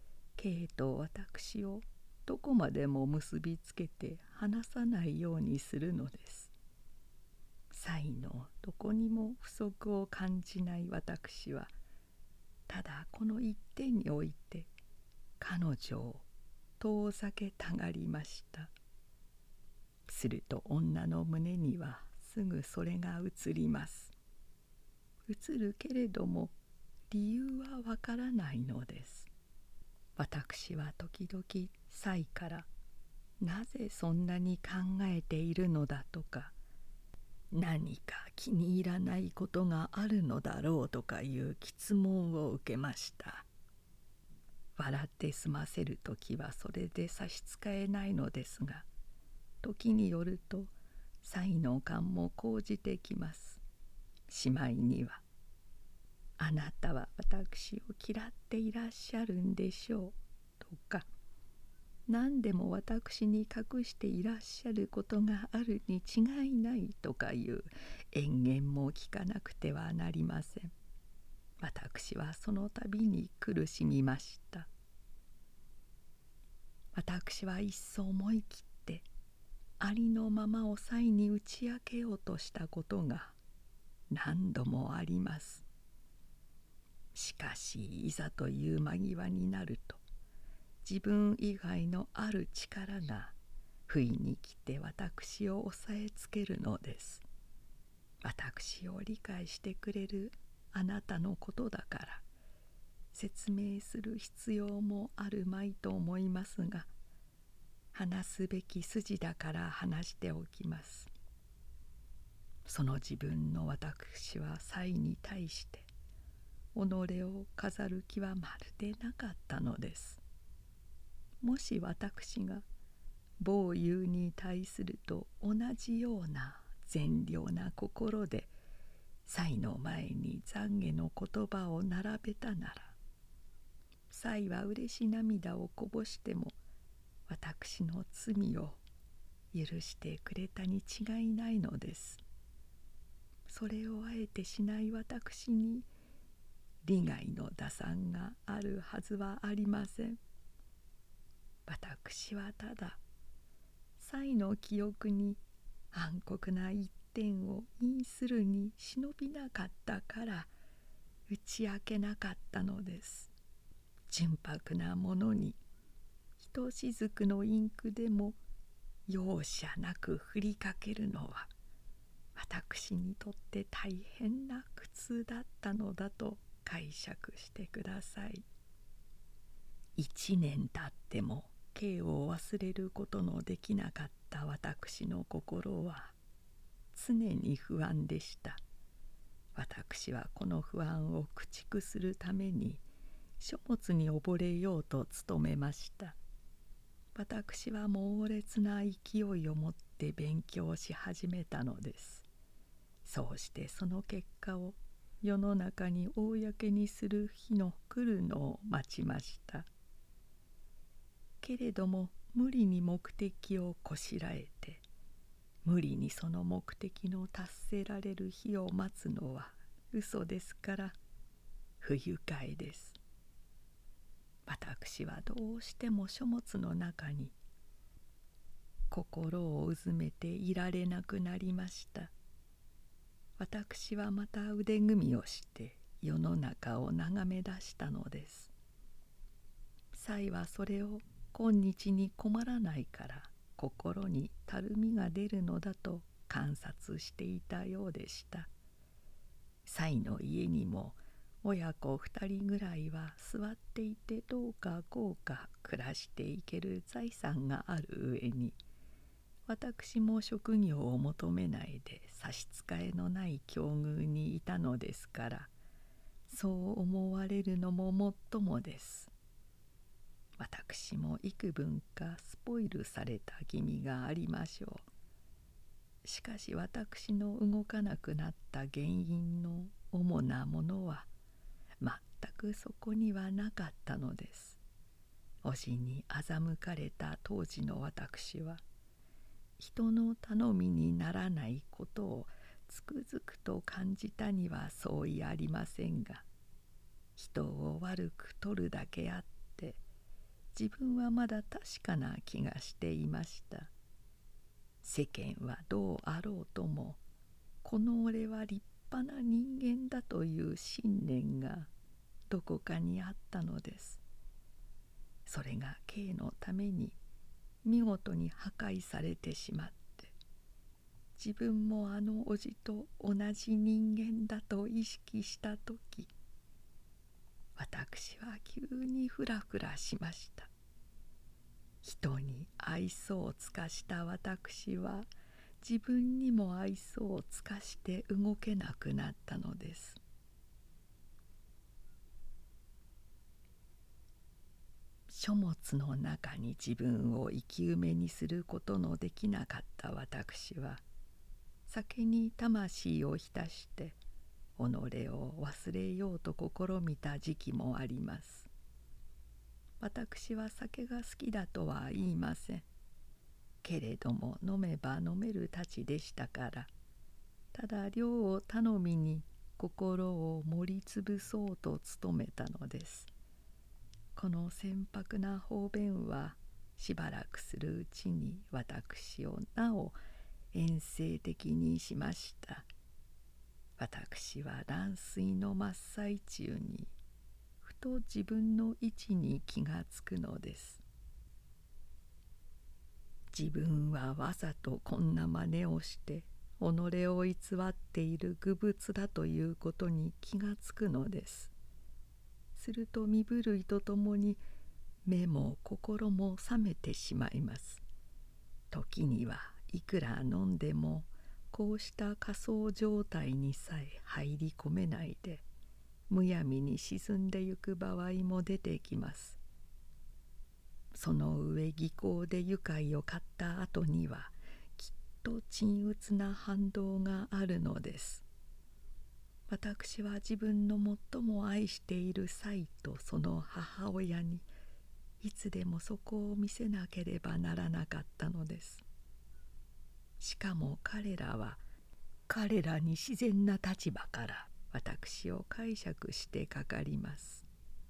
Kと私をどこまでも結びつけて離さないようにするのです。妻のどこにも不足を感じない私は、ただこの一点において彼女を遠ざけたがりました。すると女の胸にはすぐそれが移ります。移るけれども理由はわからないのです。私は時々妻からなぜそんなに考えているのだとか、何か気に入らないことがあるのだろうとかいう詰問を受けました。笑って済ませるときはそれで差し支えないのですが、時によると妻の勘も講じてきます。しまいには、あなたは私を嫌っていらっしゃるんでしょうとか、何でも私に隠していらっしゃることがあるに違いないとかいう讒言も聞かなくてはなりません。私はその度に苦しみました。私はいっそ思い切ってありのままを妻に打ち明けようとしたことが何度もあります。しかしいざという間際になると、自分以外のある力が不意に来て私を押さえつけるのです。私を理解してくれるあなたのことだから説明する必要もあるまいと思いますが、話すべき筋だから話しておきます。その自分の私は妻に対して己を飾る気はまるでなかったのです。もし私が某友に対すると同じような善良な心で妻の前に懺悔の言葉を並べたなら、妻は嬉し涙をこぼしても私の罪を許してくれたに違いないのです。それをあえてしない私に利害の打算があるはずはありません。私はただ妻の記憶に暗黒な一点を因するに忍びなかったから打ち明けなかったのです。純白なものにひとしずくのインクでも容赦なく振りかけるのは私にとって大変な苦痛だったのだと解釈してください。1年経ってもKを忘れることのできなかった私の心は常に不安でした。私はこの不安を駆逐するために書物に溺れようと努めました。私は猛烈な勢いを持って勉強し始めたのです。そうしてその結果を世の中に公にする日の来るのを待ちました。けれども無理に目的をこしらえて無理にその目的の達せられる日を待つのは嘘ですから不愉快です。私はどうしても書物の中に心をうずめていられなくなりました。私はまた腕組みをして世の中を眺め出したのです。妻はそれを今日に困らないから心にたるみが出るのだと観察していたようでした。妻の家にも親子2人ぐらいは座っていてどうかこうか暮らしていける財産がある上に私も職業を求めないで差し支えのない境遇にいたのですからそう思われるのももっともです。私も幾分かスポイルされた気味がありましょう。しかし私の動かなくなった原因の主なものは全くそこにはなかったのです。叔父に欺かれた当時の私は人の頼みにならないことをつくづくと感じたには相違ありませんが、人を悪く取るだけあって自分はまだ確かな気がしていました。世間はどうあろうともこの俺は立派な人間だという信念がどこかにあったのです。それがKのために見事に破壊されてしまって自分もあの叔父と同じ人間だと意識したとき、私は急にフラフラしました。人に愛想を尽かした私は自分にも愛想を尽かして動けなくなったのです。書物の中に自分を生き埋めにすることのできなかった私は酒に魂を浸して己を忘れようと試みた時期もあります。私は酒が好きだとは言いません。けれども飲めば飲めるたちでしたから、ただ量を頼みに心を盛りつぶそうと努めたのです。この船舶な方便はしばらくするうちに私をなお遠征的にしました。私は乱睡の真っ最中にふと自分の位置に気がつくのです。自分はわざとこんな真似をして己を偽っている愚物だということに気がつくのです。すると身震いとともに目も心も覚めてしまいます。時にはいくら飲んでもこうした仮想状態にさえ入り込めないでむやみに沈んでゆく場合も出てきます。その上技巧で愉快を買った後にはきっと沈鬱な反動があるのです。私は自分の最も愛している妻とその母親にいつでもそこを見せなければならなかったのです。しかも彼らは彼らに自然な立場から私を解釈してかかります。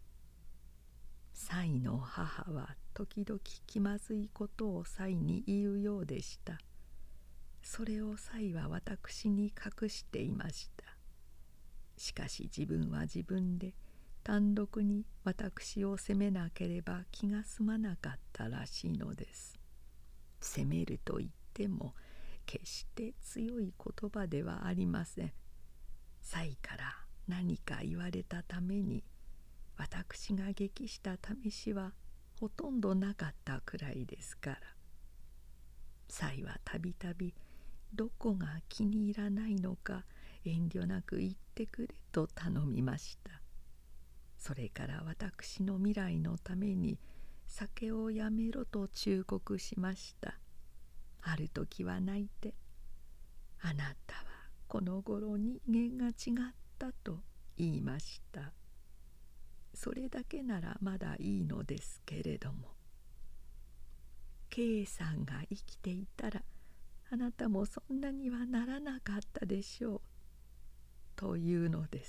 妻の母は時々気まずいことを妻に言うようでした。それを妻は私に隠していました。しかし自分は自分で単独に私を責めなければ気が済まなかったらしいのです。責めると言っても決して強い言葉ではありません。妻から何か言われたために私が激した試しはほとんどなかったくらいですから。妻はたびたびどこが気に入らないのか遠慮なく言ってくれと頼みました。それから私の未来のために酒をやめろと忠告しました。ある時は泣いて、あなたはこの頃人間が違ったと言いました。それだけならまだいいのですけれども、K さんが生きていたらあなたもそんなにはならなかったでしょうというのです。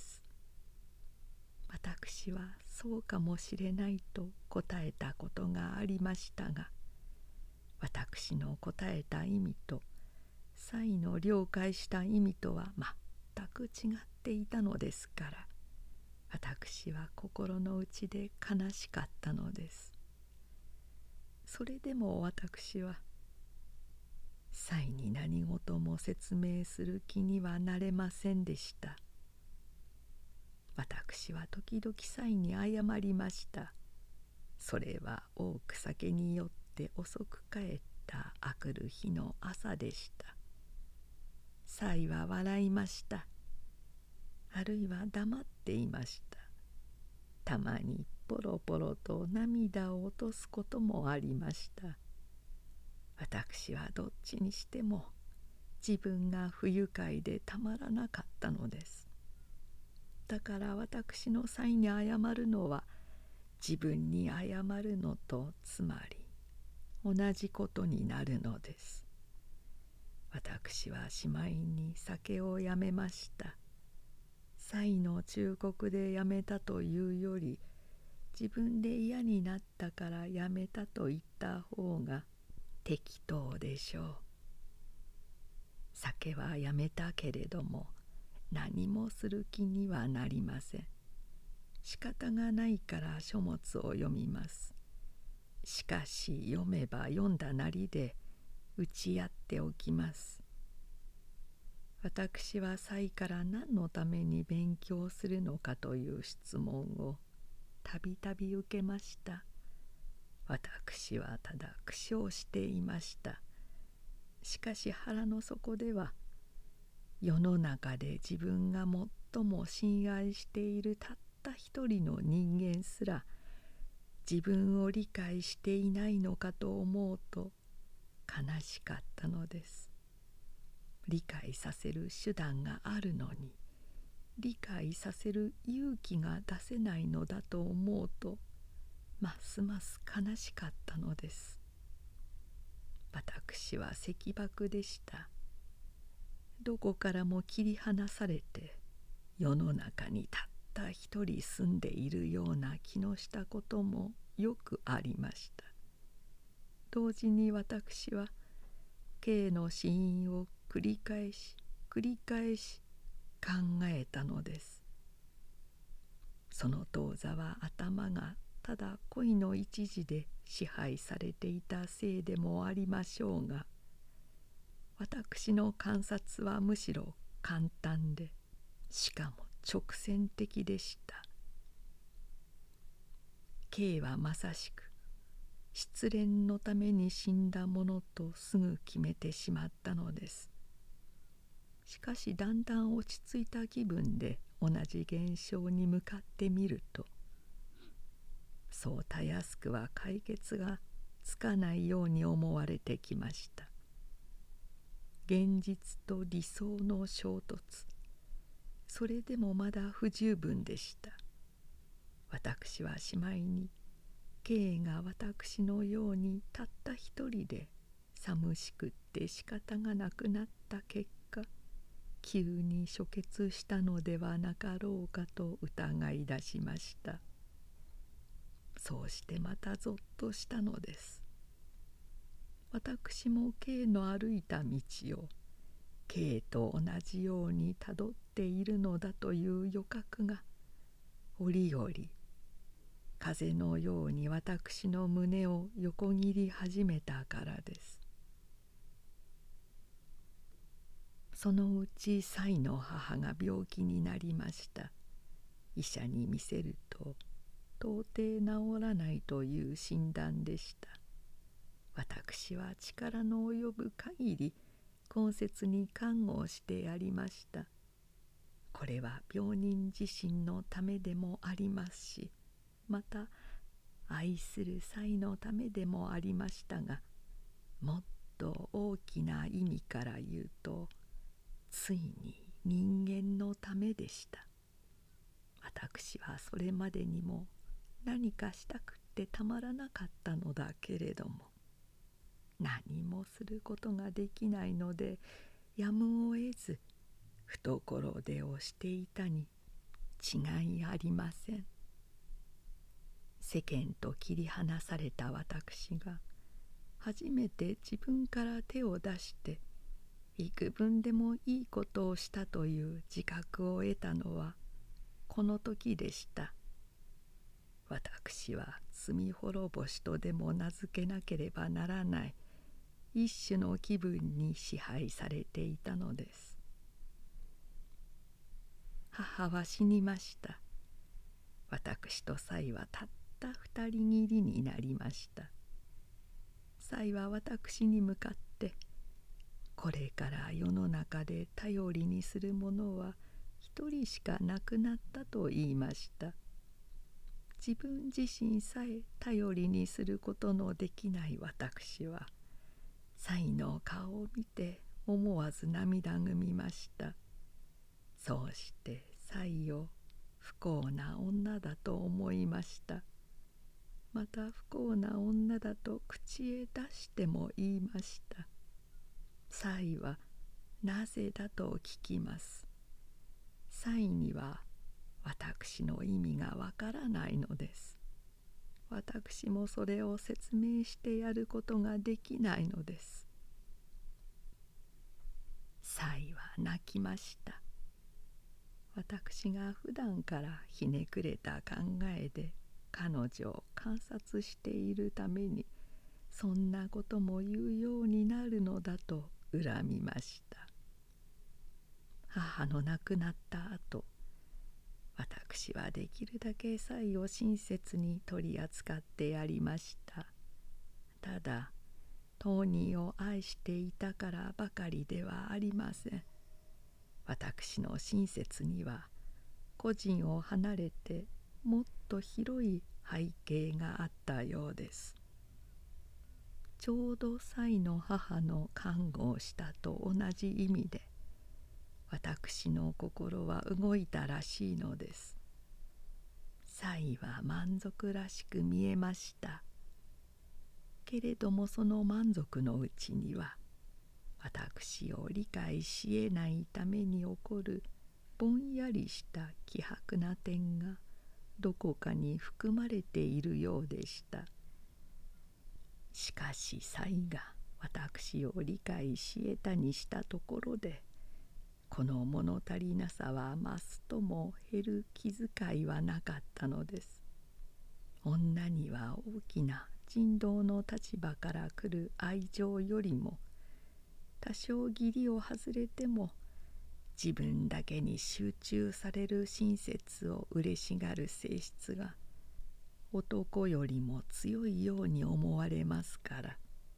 私はそうかもしれないと答えたことがありましたが、私の答えた意味と妻の了解した意味とは全く違っていたのですから、私は心の内で悲しかったのです。それでも私は妻に何事も説明する気にはなれませんでした。私は時々妻に謝りました。それは多く酒に酔って遅く帰ったあくる日の朝でした。妻は笑いました。あるいは黙っていました。たまにポロポロと涙を落とすこともありました。私はどっちにしても自分が不愉快でたまらなかったのです。だから私の妻に謝るのは自分に謝るのとつまり同じことになるのです。私はしまいに酒をやめました。妻の忠告でやめたというより、自分で嫌になったからやめたと言った方が適当でしょう。酒はやめたけれども何もする気にはなりません。仕方がないから書物を読みます。しかし読めば読んだなりで打ち合っておきます。私は妻から何のために勉強するのかという質問をたびたび受けました。私はただ苦笑していました。しかし腹の底では、世の中で自分が最も信愛しているたった一人の人間すら自分を理解していないのかと思うと悲しかったのです。理解させる手段があるのに理解させる勇気が出せないのだと思うとますます悲しかったのです。私は石礫でした。どこからも切り離されて世の中にたった一人住んでいるような気のしたこともよくありました。同時に私は K の死因を繰り返し考えたのです。その当座は頭がただ恋の一時で支配されていたせいでもありましょうが、私の観察はむしろ簡単で、しかも直線的でした。K はまさしく失恋のために死んだものとすぐ決めてしまったのです。しかしだんだん落ち着いた気分で同じ現象に向かってみると、そうたやすくは解決がつかないように思われてきました。現実と理想の衝突、それでもまだ不十分でした。私はしまいに K が私のようにたった一人で寂しくって仕方がなくなった結果、急に処決したのではなかろうかと疑い出しました。そうしてまたぞっとしたのです。私も K の歩いた道を K と同じようにたどっているのだという予覚が折々風のように私の胸を横切り始めたからです。 そのうち妻の母が病気になりました。医者に見せると到底治らないという診断でした。私は力の及ぶ限り懇切に看護をしてやりました。これは病人自身のためでもありますし、また愛する妻のためでもありましたが、もっと大きな意味から言うと、ついに人間のためでした。私はそれまでにも何かしたくってたまらなかったのだけれども、何もすることができないのでやむを得ず懐手をしていたに違いありません。世間と切り離された私が初めて自分から手を出して幾分でもいいことをしたという自覚を得たのはこの時でした。私は罪滅ぼしとでも名付けなければならない一種の気分に支配されていたのです。母は死にました。私と妻はたった二人きりになりました。妻は私に向かって「これから世の中で頼りにするものは一人しかなくなった」と言いました。自分自身さえ頼りにすることのできない私は妻の顔を見て思わず涙ぐみました。そうして妻を不幸な女だと思いました。また不幸な女だと口へ出しても言いました。妻はなぜだと聞きます。妻には私の意味がわからないのです。私もそれを説明してやることができないのです。妻は泣きました。私が普段からひねくれた考えで彼女を観察しているためにそんなことも言うようになるのだと恨みました。母の亡くなった後、私はできるだけ妻を親切に取り扱ってやりました。ただ当人を愛していたからばかりではありません。私の親切には個人を離れてもっと広い背景があったようです。ちょうど妻の母の看護をしたと同じ意味で私の心は動いたらしいのです。妻は満足らしく見えました。けれどもその満足のうちには私を理解し得ないために起こるぼんやりした希薄な点がどこかに含まれているようでした。しかし妻が私を理解し得たにしたところでこの物足りなさは増すとも減る気遣いはなかったのです。女には大きな人道の立場から来る愛情よりも多少義理を外れても自分だけに集中される親切を嬉しがる性質が男よりも強いように思われますから。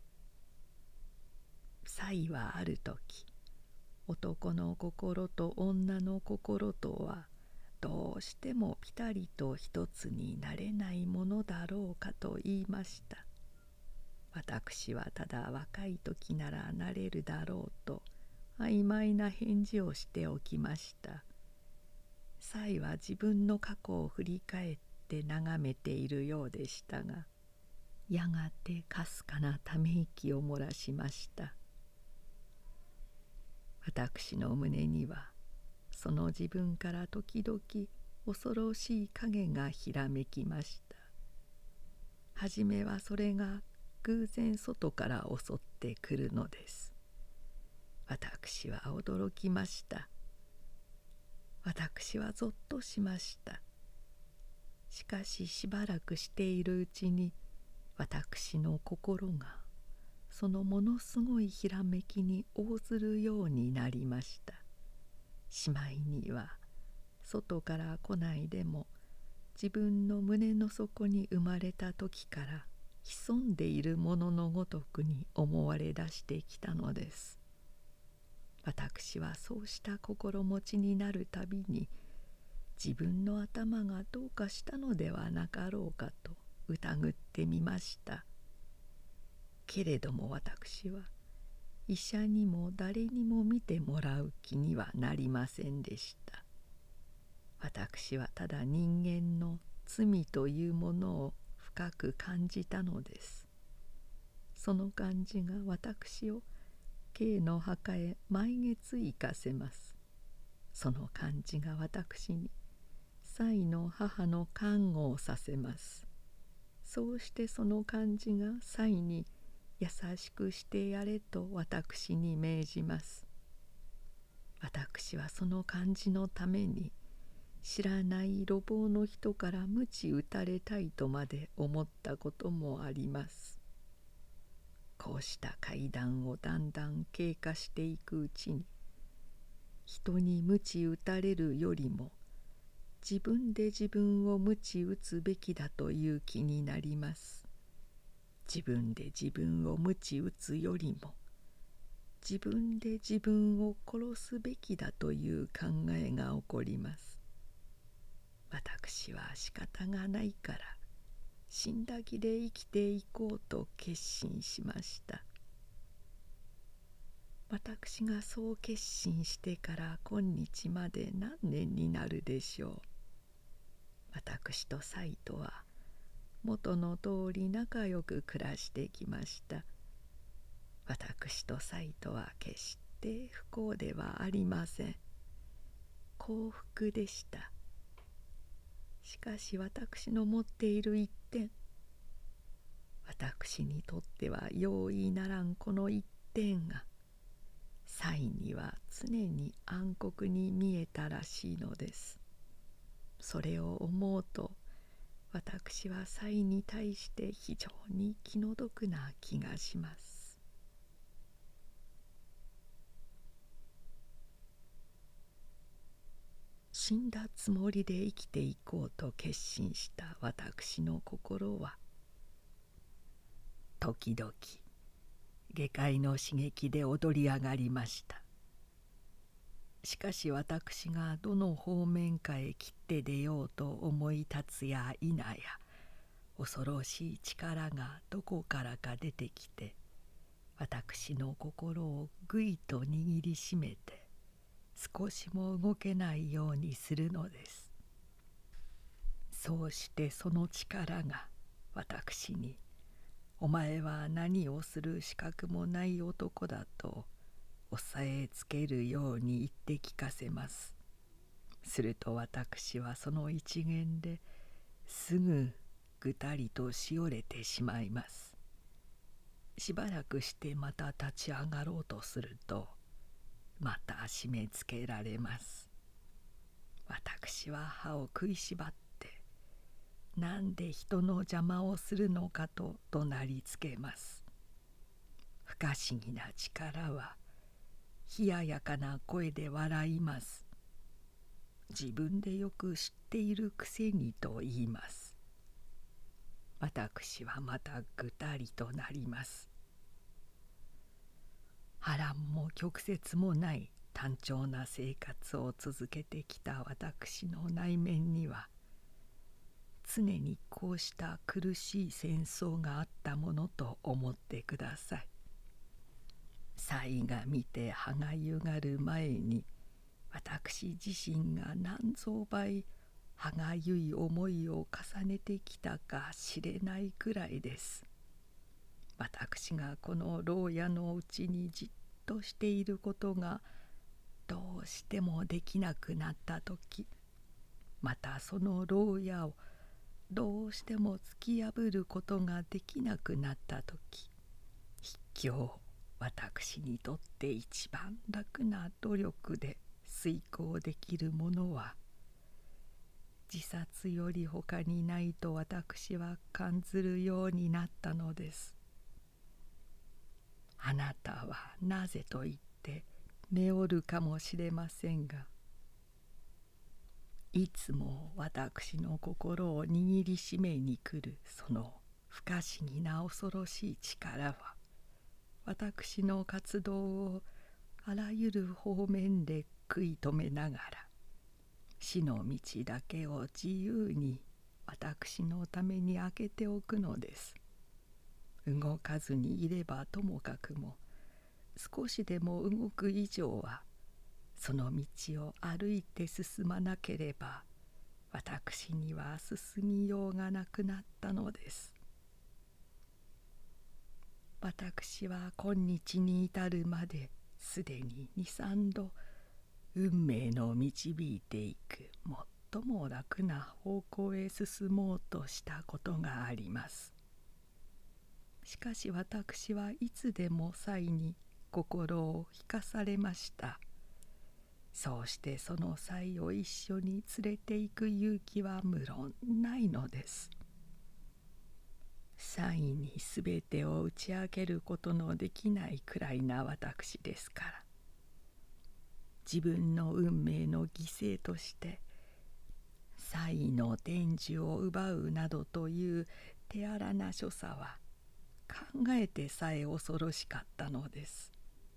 妻はある時男の心と女の心とはどうしてもぴたりと一つになれないものだろうかと言いました。私はただ若い時ならなれるだろうと曖昧な返事をしておきました。妻は自分の過去を振り返って眺めているようでしたが、やがてかすかなため息を漏らしました。私の胸にはその自分から時々恐ろしい影がひらめきました。はじめはそれが偶然外から襲ってくるのです。私は驚きました。私はぞっとしました。しかししばらくしているうちに私の心がそのものすごいひらめきに応ずるようになりました。しまいには外から来ないでも自分の胸の底に生まれた時から潜んでいるもののごとくに思われ出してきたのです。私はそうした心持ちになるたびに自分の頭がどうかしたのではなかろうかと疑ってみました。けれども私は医者にも誰にも見てもらう気にはなりませんでした。私はただ人間の罪というものを深く感じたのです。その感じが私をKの墓へ毎月行かせます。その感じが私に妻の母の看護をさせます。そうしてその感じが妻に優しくしてやれと私に命じます。私はその感じのために知らない路傍の人から鞭打たれたいとまで思ったこともあります。こうした階段をだんだん経過していくうちに人に鞭打たれるよりも自分で自分を鞭打つべきだという気になります。自分で自分を鞭打つよりも自分で自分を殺すべきだという考えが起こります。私は仕方がないから死んだ気で生きていこうと決心しました。私がそう決心してから今日まで何年になるでしょう。私と妻とは元の通り仲良く暮らしてきました。私と妻とは決して不幸ではありません。幸福でした。しかし私の持っている一点、私にとっては容易ならんこの一点が妻には常に暗黒に見えたらしいのです。それを思うと私は妻に対して非常に気の毒な気がします。死んだつもりで生きていこうと決心した私の心は時々下界の刺激で踊り上がりました。しかし私がどの方面かへ切って出ようと思い立つや否や恐ろしい力がどこからか出てきて私の心をぐいと握りしめて少しも動けないようにするのです。そうしてその力が私に「お前は何をする資格もない男だ」と押さえつけるように言って聞かせます。すると私はその一言ですぐぐたりとしおれてしまいます。しばらくしてまた立ち上がろうとするとまた締め付けられます。私は歯を食いしばってなんで人の邪魔をするのかと怒鳴りつけます。不可思議な力は冷ややかな声で笑います。自分でよく知っているくせにと言います。私はまたぐたりとなります。波乱も曲折もない単調な生活を続けてきた私の内面には常にこうした苦しい戦争があったものと思ってください。妻が見て歯がゆがる前に私自身が何増倍歯がゆい思いを重ねてきたか知れないくらいです。私がこの牢屋のうちにじっとしていることがどうしてもできなくなった時、またその牢屋をどうしても突き破ることができなくなった時、筆境私にとって一番楽な努力で遂行できるものは自殺よりほかにないと私は感ずるようになったのです。 あなたはなぜと言って目おるかもしれませんが、いつも私の心を握りしめに来るその不可思議な恐ろしい力は、私の活動をあらゆる方面で食い止めながら、死の道だけを自由に私のために開けておくのです。動かずにいればともかくも、少しでも動く以上は、その道を歩いて進まなければ、私には進みようがなくなったのです。私は今日に至るまですでに2、3度運命の導いていく最も楽な方向へ進もうとしたことがあります。しかし私はいつでも際に心を引かされました。そうしてその際を一緒に連れて行く勇気は無論ないのです。際にすべてを打ち明けることのできないくらいな私ですから、自分の運命の犠牲として才の伝授を奪うなどという手荒な所作は考えてさえ恐ろしかったのです。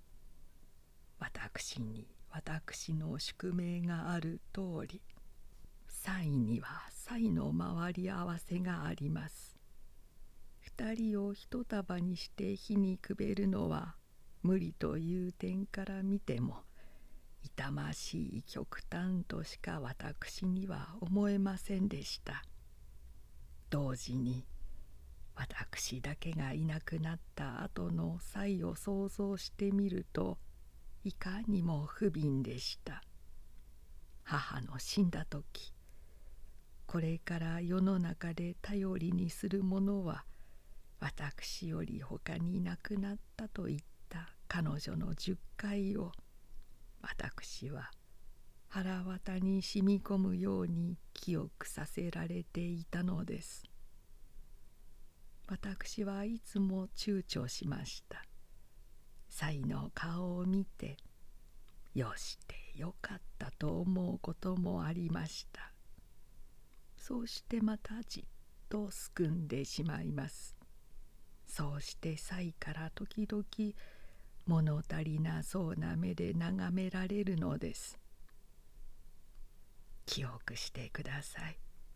私に私の宿命がある通り、才には才の回り合わせがあります。二人を一束にして火にくべるのは無理という点から見ても、痛ましい極端としか私には思えませんでした。同時に私だけがいなくなった後の際を想像してみると、いかにも不憫でした。母の死んだ時、これから世の中で頼りにするものは私より他にいなくなったと言った彼女の10回を、私は腹渡に染み込むように記憶させられていたのです。私はいつも躊躇しました。才の顔を見て、よしてよかったと思うこともありました。そうしてまたじっとすくんでしまいます。そうして才から時々物足りなそうな目で眺められるのです。記憶してください。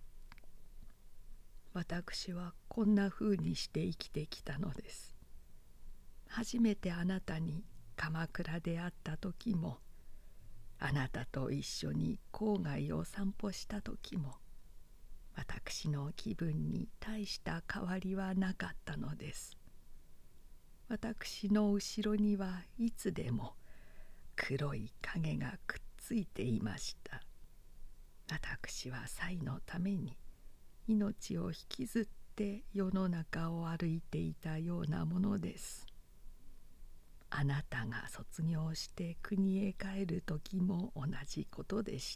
私はこんなふうにして生きてきたのです。初めてあなたに鎌倉で会った時も、あなたと一緒に郊外を散歩した時も、私の気分に大した変わりはなかったのです。私の後ろにはいつでも黒い影がくっついていました。私は才のために命を引きずって世の中を歩いていたようなものです。あなたが卒業して国へ帰る時も同じことでした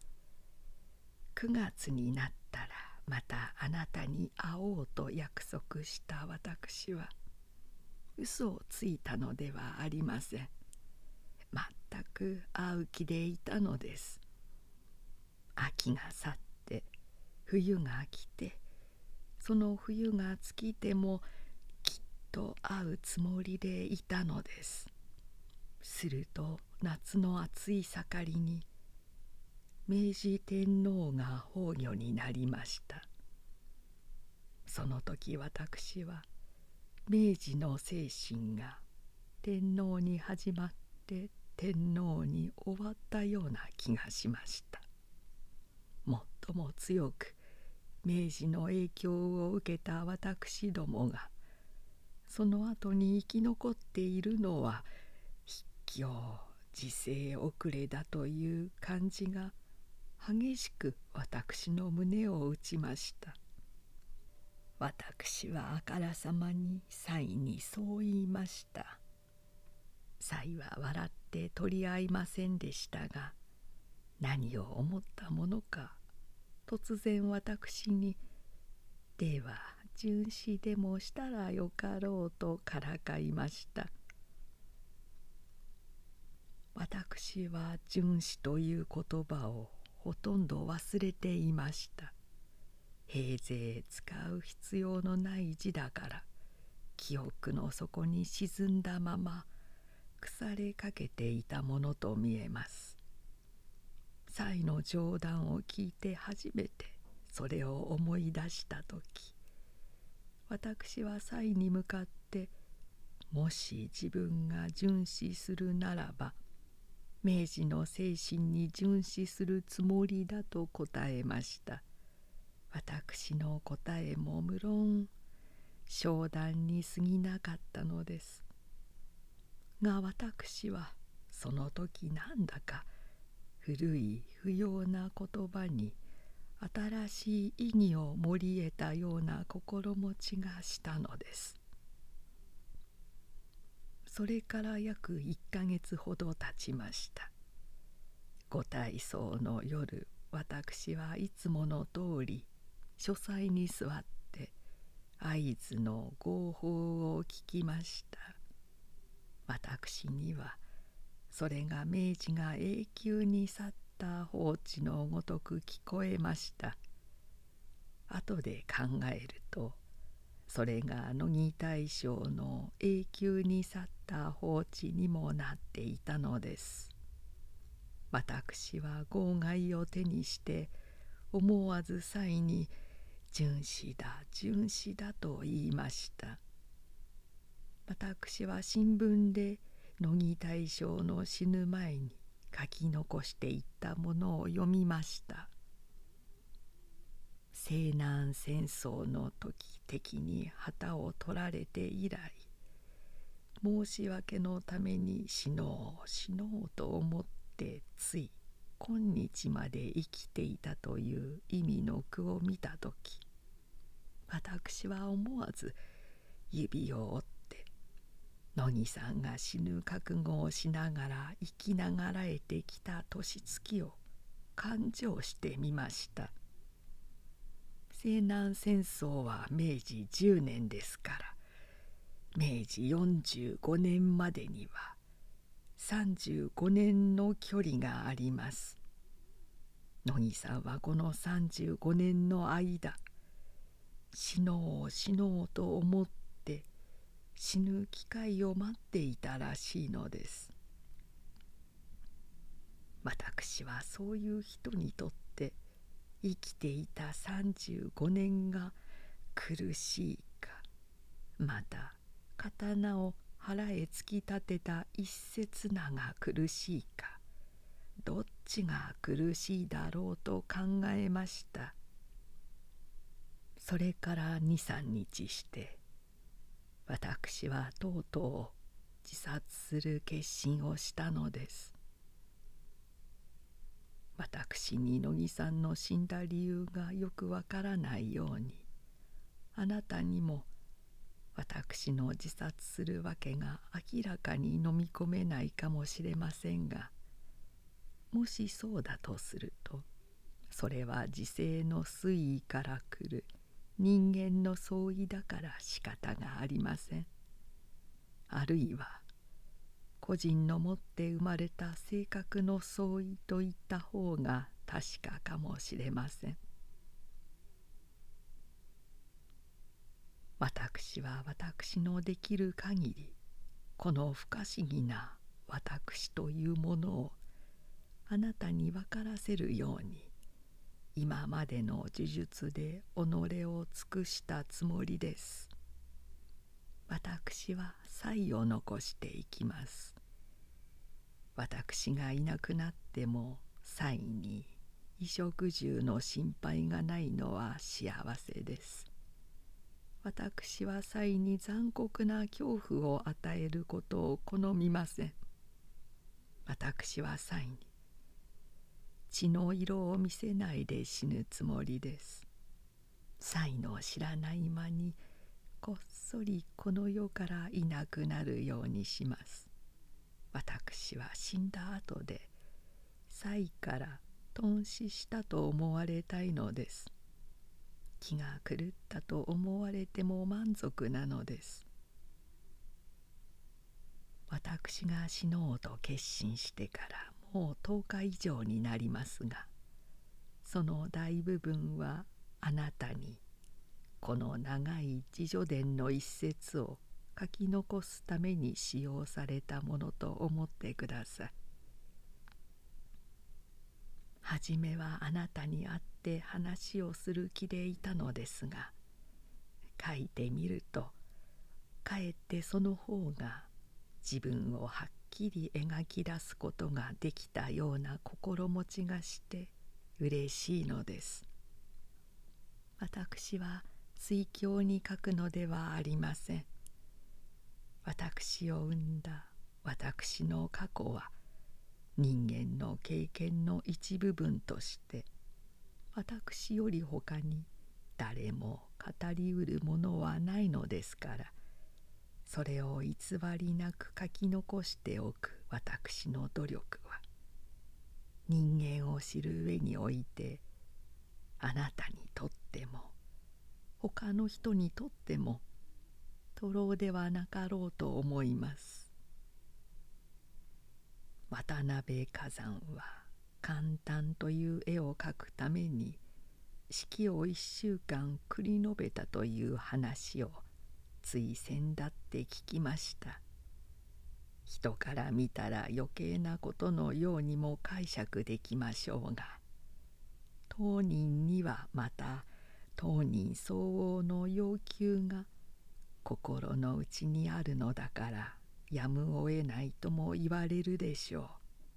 。9月になったらまたあなたに会おうと約束した私は、嘘をついたのではありません。全く会う気でいたのです。秋が去って冬が来て、その冬が尽きてもきっと会うつもりでいたのです。すると夏の暑い盛りに明治天皇が崩御になりました。その時私は明治の精神が天皇に始まって天皇に終わったような気がしました。最も強く明治の影響を受けた私どもが、その後に生き残っているのは卑怯時勢遅れだという感じが激しく私の胸を打ちました。私はあからさまに才にそう言いました。才は笑って取り合いませんでしたが、何を思ったものか突然私に「では殉死でもしたらよかろう」とからかいました。 私は殉死という言葉をほとんど忘れていました。平勢使う必要のない字だから記憶の底に沈んだまま腐れかけていたものと見えます。妻の冗談を聞いて初めてそれを思い出した時、私は妻に向かってもし自分が殉死するならば明治の精神に殉死するつもりだと答えました。私の答えも無論商談に過ぎなかったのです。が私はその時なんだか古い不要な言葉に新しい意義を盛り得たような心持ちがしたのです。それから約1ヶ月ほど経ちました。ご大葬の夜、私はいつもの通り書斎に座って会津の号砲を聞きました。私にはそれが明治が永久に去った放置のごとく聞こえました。後で考えるとそれが乃木大将の永久に去った放置にもなっていたのです。私は号外を手にして思わず妻に「殉死だ殉死だ」と言いました。私は新聞で乃木大将の死ぬ前に書き残していったものを読みました。西南戦争の時敵に旗を取られて以来、申し訳のために死のう死のうと思ってつい今日まで生きていたという意味の句を見た時、私は思わず指を折って乃木さんが死ぬ覚悟をしながら生きながらえてきた年月を勘定してみました。西南戦争は明治10年ですから、明治45年までには35年の距離があります。乃木さんはこの35年の間、死のう死のうと思って死ぬ機会を待っていたらしいのです。私はそういう人にとって生きていた35年が苦しいか、また刀を腹へ突き立てた一刹那が苦しいか、どっちが苦しいだろうと考えました。それから2、3日して私はとうとう自殺する決心をしたのです。私に乃木さんの死んだ理由がよくわからないように、あなたにも私の自殺するわけが明らかに飲み込めないかもしれませんが、もしそうだとすると、それは時勢の推移から来る人間の相違だから仕方がありません。あるいは個人の持って生まれた性格の相違といった方が確かかもしれません。私は私のできる限りこの不可思議な私というものをあなたに分からせるように今までの呪術で己を尽くしたつもりです。私は才を残していきます。私がいなくなっても才に衣食住の心配がないのは幸せです。私は才に残酷な恐怖を与えることを好みません。私は才に血の色を見せないで死ぬつもりです。才の知らない間にこっそりこの世からいなくなるようにします。私は死んだ後で才から頓死したと思われたいのです。気が狂ったと思われても満足なのです。 私が死のうと決心してからもう10日以上になりますが、その大部分はあなたにこの長い自叙伝の一節を書き残すために使用されたものと思ってください。はじめはあなたに会って話をする気でいたのですが、書いてみるとかえってその方が自分をはっきり描き出すことができたような心持ちがして嬉しいのです。私は推敲に書くのではありません。私を生んだ私の過去は人間の経験の一部分として私よりほかに誰も語りうるものはないのですから、それを偽りなく書き残しておく私の努力は人間を知る上においてあなたにとっても他の人にとっても徒労ではなかろうと思います。渡辺崋山は簡単という絵を描くために式を1週間繰り述べたという話をつい先だって聞きました。人から見たら余計なことのようにも解釈できましょうが、当人にはまた当人相応の要求が心の内にあるのだからやむを得ないとも言われるでしょう。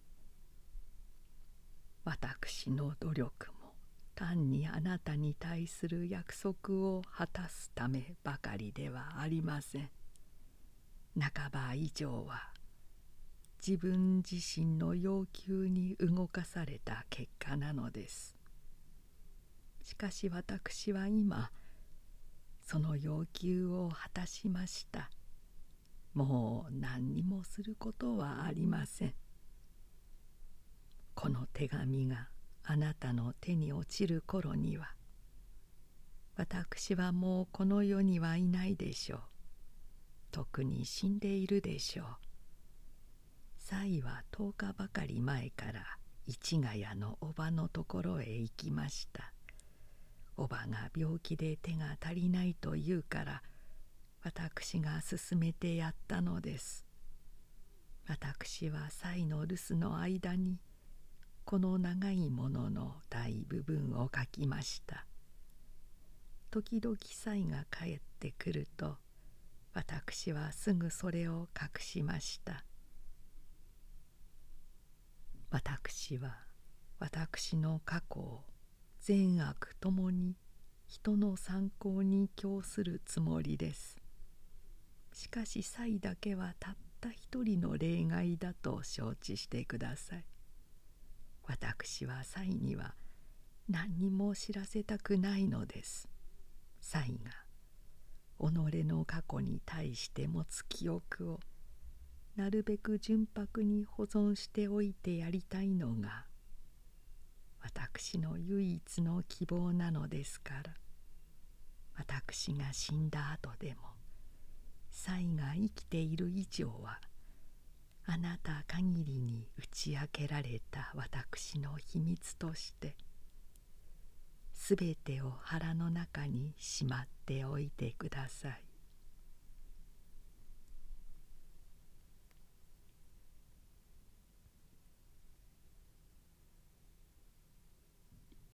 私の努力も単にあなたに対する約束を果たすためばかりではありません。半ば以上は自分自身の要求に動かされた結果なのです。しかし私は今その要求を果たしました。もう何にもすることはありません。この手紙があなたの手に落ちる頃には私はもうこの世にはいないでしょう。特に死んでいるでしょう。妻は10日ばかり前から市ヶ谷のおばのところへ行きました。おばが病気で手が足りないと言うから私が勧めてやったのです。私は妻の留守の間にこの長いものの大部分を書きました。時々妻が帰ってくると私はすぐそれを隠しました。私は私の過去を善悪ともに人の参考に供するつもりです。しかし妻だけはたった一人の例外だと承知してください。私は妻には何にも知らせたくないのです。妻が己の過去に対して持つ記憶をなるべく純白に保存しておいてやりたいのが私の唯一の希望なのですから、私が死んだ後でも妻が生きている以上はあなた限りに打ち明けられた私の秘密としてすべてを腹の中にしまっておいてください。